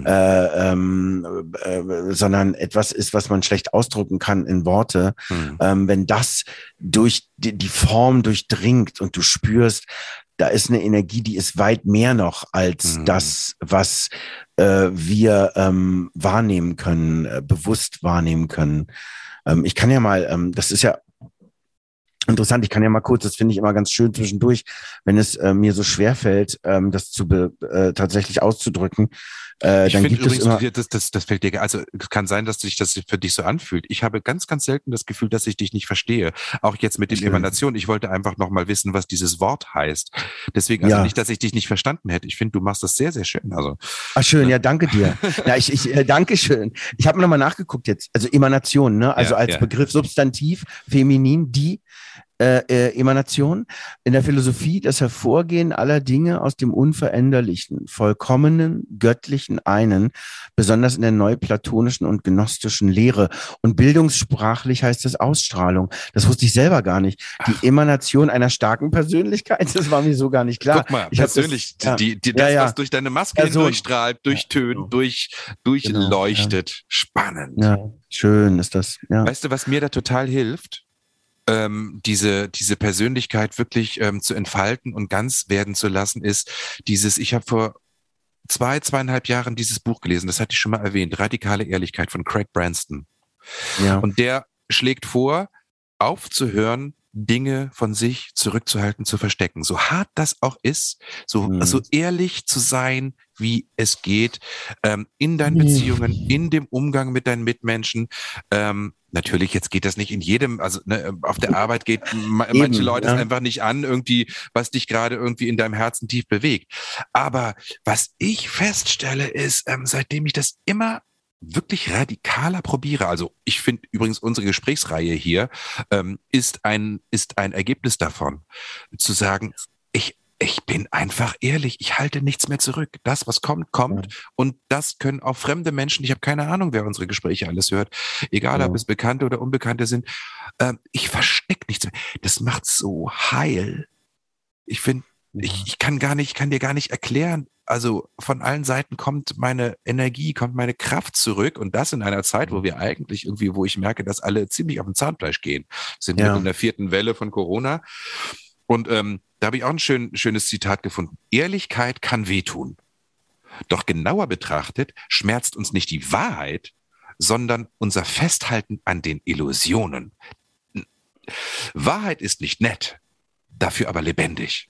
sondern etwas ist, was man schlecht ausdrücken kann in Worte. Wenn das durch die Form durchdringt und du spürst, da ist eine Energie, die ist weit mehr noch als das, was wir wahrnehmen können, bewusst wahrnehmen können. Ich kann ja mal, das ist ja interessant, ich kann ja mal kurz, das finde ich immer ganz schön zwischendurch, wenn es mir so schwerfällt, das tatsächlich auszudrücken. Ich dann finde gibt übrigens, es immer, das fällt dir, also es kann sein, dass sich das für dich so anfühlt. Ich habe ganz, ganz selten das Gefühl, dass ich dich nicht verstehe. Auch jetzt mit den Emanationen. Ich wollte einfach nochmal wissen, was dieses Wort heißt. Deswegen, also nicht, dass ich dich nicht verstanden hätte. Ich finde, du machst das sehr, sehr schön. Also, ach schön, ja, danke dir. Ja, ich danke schön. Ich habe nochmal nachgeguckt jetzt. Also Emanation, ne? Also als Begriff Substantiv, feminin, die Emanation. In der Philosophie das Hervorgehen aller Dinge aus dem Unveränderlichen, vollkommenen, göttlichen Einen, besonders in der neuplatonischen und gnostischen Lehre. Und bildungssprachlich heißt das Ausstrahlung. Das wusste ich selber gar nicht. Die Emanation einer starken Persönlichkeit, das war mir so gar nicht klar. Guck mal, persönlich, was durch deine Maske hindurchstrahlt, durchtönt, durchleuchtet. Genau. Spannend. Ja, schön ist das. Ja. Weißt du, was mir da total hilft? Diese Persönlichkeit wirklich zu entfalten und ganz werden zu lassen, ist ich habe vor 2,5 Jahren dieses Buch gelesen, das hatte ich schon mal erwähnt, Radikale Ehrlichkeit von Craig Branston. Ja. Und der schlägt vor, aufzuhören, Dinge von sich zurückzuhalten, zu verstecken. So hart das auch ist, so ehrlich zu sein, wie es geht, in deinen Beziehungen, in dem Umgang mit deinen Mitmenschen. Natürlich, jetzt geht das nicht in jedem, also auf der Arbeit geht manche Leute es einfach nicht an, irgendwie, was dich gerade irgendwie in deinem Herzen tief bewegt. Aber was ich feststelle ist, seitdem ich das immer wirklich radikaler probiere, also ich finde übrigens unsere Gesprächsreihe hier ist ein Ergebnis davon, zu sagen, ich bin einfach ehrlich, ich halte nichts mehr zurück. Das, was kommt, kommt. Ja. Und das können auch fremde Menschen, ich habe keine Ahnung, wer unsere Gespräche alles hört, egal ob es Bekannte oder Unbekannte sind, ich verstecke nichts mehr. Das macht so heil. Ich finde, ich kann dir gar nicht erklären, also von allen Seiten kommt meine Energie, kommt meine Kraft zurück und das in einer Zeit, wo wir eigentlich irgendwie, wo ich merke, dass alle ziemlich auf den Zahnfleisch gehen. Wir sind mitten in der 4. Welle von Corona und da habe ich auch ein schönes Zitat gefunden. Ehrlichkeit kann wehtun. Doch genauer betrachtet schmerzt uns nicht die Wahrheit, sondern unser Festhalten an den Illusionen. Wahrheit ist nicht nett, dafür aber lebendig.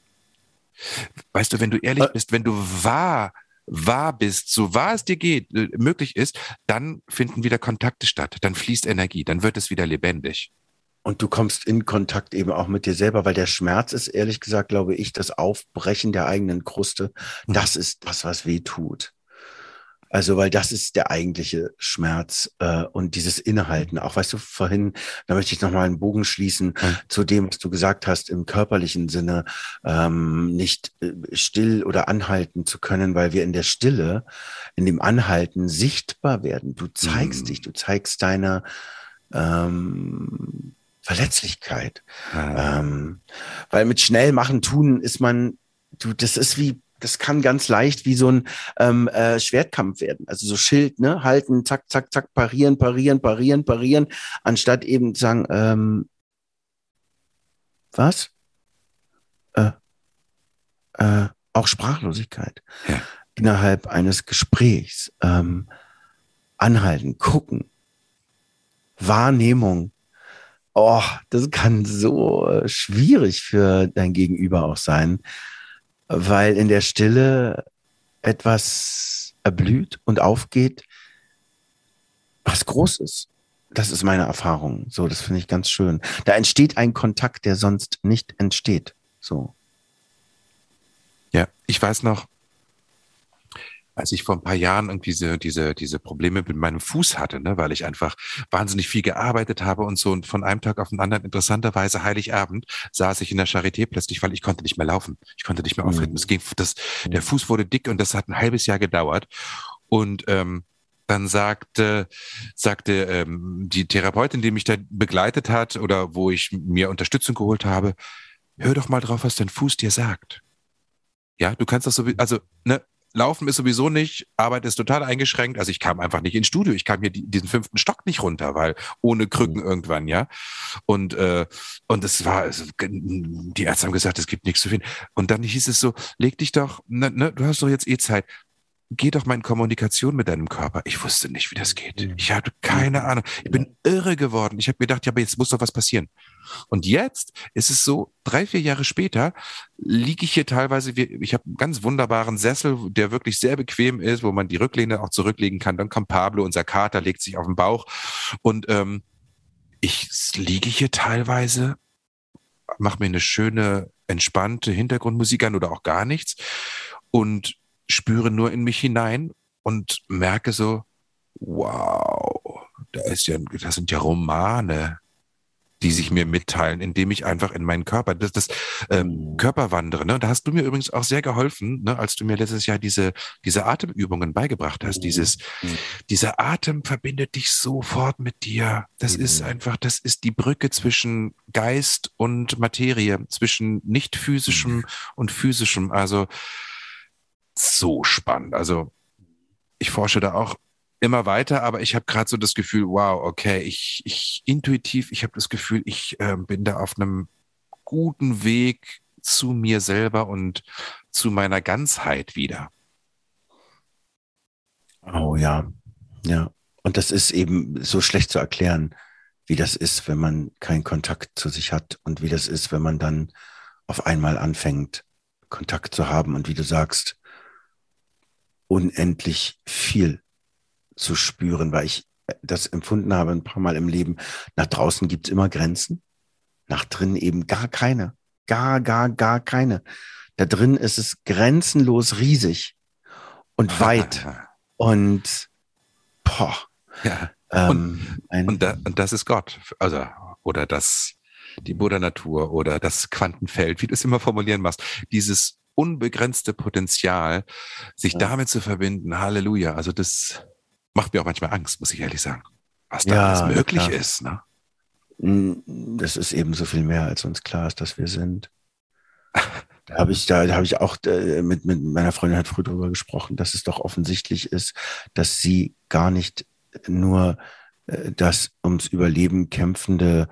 Weißt du, wenn du ehrlich bist, wenn du wahr bist, so wahr es dir geht, möglich ist, dann finden wieder Kontakte statt, dann fließt Energie, dann wird es wieder lebendig. Und du kommst in Kontakt eben auch mit dir selber, weil der Schmerz ist, ehrlich gesagt, glaube ich, das Aufbrechen der eigenen Kruste. Das ist das, was weh tut. Also, weil das ist der eigentliche Schmerz und dieses Innehalten. Auch, weißt du, vorhin, da möchte ich nochmal einen Bogen schließen zu dem, was du gesagt hast, im körperlichen Sinne, nicht still oder anhalten zu können, weil wir in der Stille, in dem Anhalten sichtbar werden. Du zeigst dich, du zeigst deine Verletzlichkeit. Weil mit schnell machen, tun ist das kann ganz leicht wie so ein Schwertkampf werden. Also so Schild, ne, halten, zack, zack, zack, parieren, anstatt eben zu sagen, was? Auch Sprachlosigkeit innerhalb eines Gesprächs. Anhalten, gucken, Wahrnehmung. Oh, das kann so schwierig für dein Gegenüber auch sein. weil in der Stille etwas erblüht und aufgeht, was groß ist. Das ist meine Erfahrung. So, das finde ich ganz schön. Da entsteht ein Kontakt, der sonst nicht entsteht. So. Ja, ich weiß noch, als ich vor ein paar Jahren irgendwie diese Probleme mit meinem Fuß hatte, ne, weil ich einfach wahnsinnig viel gearbeitet habe und so, und von einem Tag auf den anderen, interessanterweise Heiligabend, saß ich in der Charité plötzlich, weil ich konnte nicht mehr laufen. Ich konnte nicht mehr auftreten. Der Fuß wurde dick und das hat ein halbes Jahr gedauert. Und dann sagte die Therapeutin, die mich da begleitet hat oder wo ich mir Unterstützung geholt habe, hör doch mal drauf, was dein Fuß dir sagt. Ja, du kannst das so, also, ne, Laufen ist sowieso nicht, Arbeit ist total eingeschränkt. Also ich kam einfach nicht ins Studio. Ich kam hier diesen 5. Stock nicht runter, weil ohne Krücken irgendwann, ja. Und es war, die Ärzte haben gesagt, es gibt nichts zu finden. Und dann hieß es so, leg dich doch, ne, du hast doch jetzt Zeit. Geh doch mal in Kommunikation mit deinem Körper. Ich wusste nicht, wie das geht. Ich hatte keine Ahnung. Ich bin irre geworden. Ich habe gedacht, ja, aber jetzt muss doch was passieren. Und jetzt ist es so, 3, 4 Jahre später liege ich hier teilweise, ich habe einen ganz wunderbaren Sessel, der wirklich sehr bequem ist, wo man die Rücklehne auch zurücklegen kann. Dann kommt Pablo, unser Kater, legt sich auf den Bauch. Und ich liege hier teilweise, mache mir eine schöne, entspannte Hintergrundmusik an oder auch gar nichts und spüre nur in mich hinein und merke so, wow, das sind ja Romane, die sich mir mitteilen, indem ich einfach in meinen Körper, Körper wandere. Ne? Da hast du mir übrigens auch sehr geholfen, ne, als du mir letztes Jahr diese Atemübungen beigebracht hast. Dieser Atem verbindet dich sofort mit dir. Das ist einfach, das ist die Brücke zwischen Geist und Materie, zwischen nicht physischem und physischem. Also so spannend. Also ich forsche da auch immer weiter, aber ich habe gerade so das Gefühl, wow, okay, ich intuitiv, ich habe das Gefühl, ich bin da auf einem guten Weg zu mir selber und zu meiner Ganzheit wieder. Oh ja, ja. Und das ist eben so schlecht zu erklären, wie das ist, wenn man keinen Kontakt zu sich hat und wie das ist, wenn man dann auf einmal anfängt, Kontakt zu haben und wie du sagst, unendlich viel zu spüren, weil ich das empfunden habe ein paar Mal im Leben. Nach draußen gibt es immer Grenzen, nach drinnen eben gar keine. Gar keine. Da drin ist es grenzenlos riesig und weit und boah. Ja. Und das ist Gott, also oder die Mutter Natur oder das Quantenfeld, wie du es immer formulieren machst, dieses unbegrenzte Potenzial, sich damit zu verbinden. Halleluja. Also das macht mir auch manchmal Angst, muss ich ehrlich sagen, was da alles möglich ist. Ne? Das ist eben so viel mehr, als uns klar ist, dass wir sind. Da habe ich auch mit meiner Freundin hat früh darüber gesprochen, dass es doch offensichtlich ist, dass sie gar nicht nur das ums Überleben kämpfende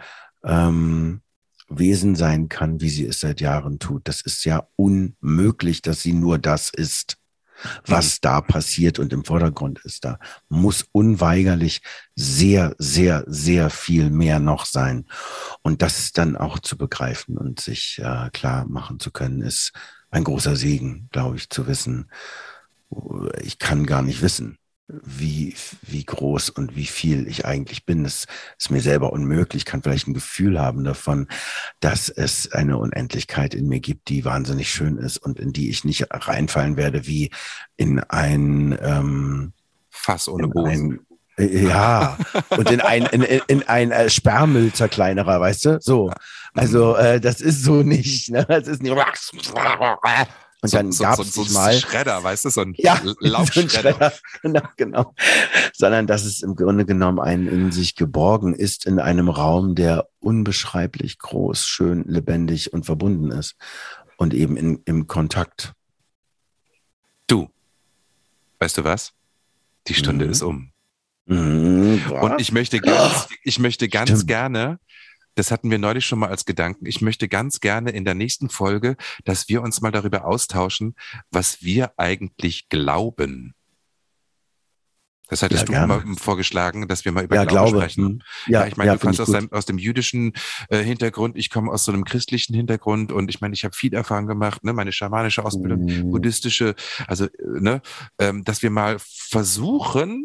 Wesen sein kann, wie sie es seit Jahren tut. Das ist ja unmöglich, dass sie nur das ist, was da passiert und im Vordergrund ist. Da muss unweigerlich sehr, sehr, sehr viel mehr noch sein. Und das dann auch zu begreifen und sich klar machen zu können, ist ein großer Segen, glaube ich, zu wissen. Ich kann gar nicht wissen, wie groß und wie viel ich eigentlich bin. Das ist mir selber unmöglich. Ich kann vielleicht ein Gefühl haben davon, dass es eine Unendlichkeit in mir gibt, die wahnsinnig schön ist und in die ich nicht reinfallen werde wie in ein Fass ohne Boden. Ja, und in ein Sperrmüll-Zerkleinerer, weißt du? So. Also, das ist so nicht, ne? Das ist nicht. Und dann gab es so mal Schredder, weißt du, so ein Laufschredder. Genau. Sondern dass es im Grunde genommen ein in sich geborgen ist in einem Raum, der unbeschreiblich groß, schön, lebendig und verbunden ist. Und eben im Kontakt. Du, weißt du was? Die Stunde ist um. Und ich möchte ganz gerne, das hatten wir neulich schon mal als Gedanken, ich möchte ganz gerne in der nächsten Folge, dass wir uns mal darüber austauschen, was wir eigentlich glauben. Das hattest du gerne. mal vorgeschlagen, dass wir mal über Ja, Glaube Glaube. sprechen. Ja, Ich meine, du kommst finde ich aus dem jüdischen Hintergrund, ich komme aus so einem christlichen Hintergrund und ich meine, ich habe viel Erfahrung gemacht, ne, meine schamanische Ausbildung, gut. buddhistische, also ne, dass wir mal versuchen,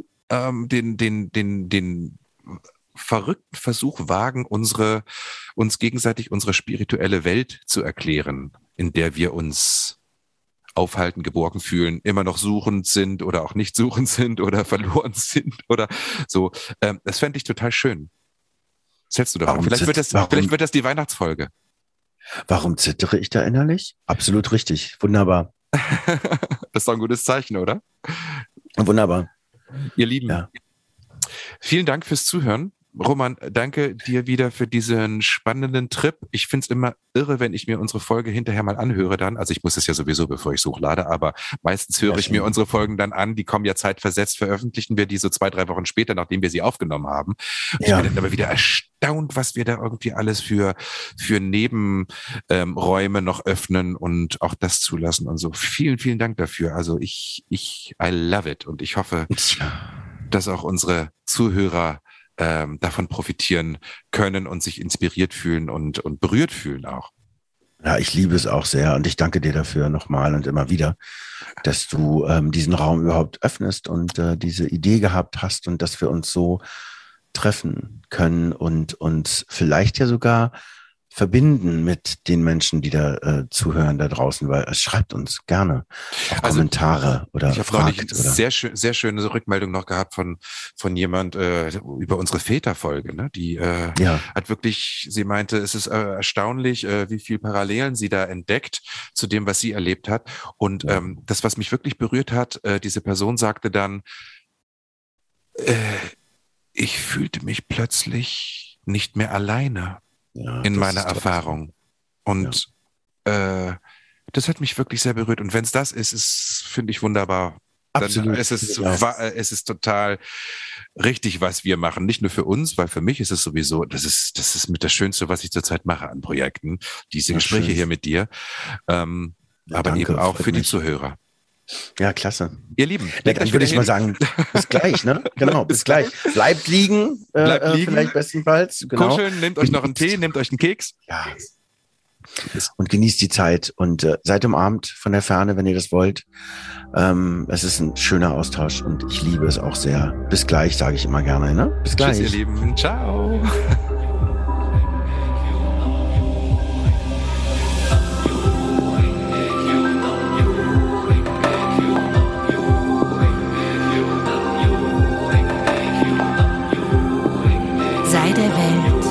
den verrückten Versuch wagen, uns gegenseitig unsere spirituelle Welt zu erklären, in der wir uns aufhalten, geborgen fühlen, immer noch suchend sind oder auch nicht suchend sind oder verloren sind oder so. Das fände ich total schön. Was hältst du davon? Vielleicht wird das die Weihnachtsfolge. Warum zittere ich da innerlich? Absolut richtig. Wunderbar. Das ist doch ein gutes Zeichen, oder? Wunderbar. Ihr Lieben, Ja. vielen Dank fürs Zuhören. Roman, danke dir wieder für diesen spannenden Trip. Ich find's immer irre, wenn ich mir unsere Folge hinterher mal anhöre dann. Also ich muss es ja sowieso, bevor ich hochlade, aber meistens höre ich mir unsere Folgen dann an. Die kommen ja zeitversetzt, veröffentlichen wir die so 2-3 Wochen später, nachdem wir sie aufgenommen haben. Ich bin dann aber wieder erstaunt, was wir da irgendwie alles für Nebenräume noch öffnen und auch das zulassen und so. Vielen, vielen Dank dafür. Also I love it und ich hoffe, dass auch unsere Zuhörer davon profitieren können und sich inspiriert fühlen und berührt fühlen auch. Ja, ich liebe es auch sehr und ich danke dir dafür nochmal und immer wieder, dass du diesen Raum überhaupt öffnest und diese Idee gehabt hast und dass wir uns so treffen können und uns vielleicht ja sogar verbinden mit den Menschen, die da zuhören da draußen, weil es schreibt uns gerne auch Kommentare oder ich habe fragt. neulich sehr schöne Rückmeldung noch gehabt von jemand über unsere Väterfolge. Ne? Die hat wirklich, sie meinte, es ist erstaunlich, wie viel Parallelen sie da entdeckt zu dem, was sie erlebt hat. Und das, was mich wirklich berührt hat, diese Person sagte dann, ich fühlte mich plötzlich nicht mehr alleine. In meiner Erfahrung. Und das hat mich wirklich sehr berührt. Und wenn es das ist, finde ich wunderbar. Absolut. Dann es ist total richtig, was wir machen. Nicht nur für uns, weil für mich ist es sowieso, das ist mit das Schönste, was ich zurzeit mache an Projekten. Diese Gespräche hier mit dir. Aber danke, eben auch für die Zuhörer. Ja, klasse. Ihr Lieben. Dann würde ich mal sagen, bis gleich, ne? Genau, bis gleich. Bleibt liegen, vielleicht bestenfalls. Genau. Kuscheln, nehmt euch noch einen Tee, nehmt euch einen Keks. Ja. Und genießt die Zeit und seid umarmt von der Ferne, wenn ihr das wollt. Es ist ein schöner Austausch und ich liebe es auch sehr. Bis gleich, sage ich immer gerne, ne? Bis gleich. Tschüss, ihr Lieben. Ciao. Sei der Welt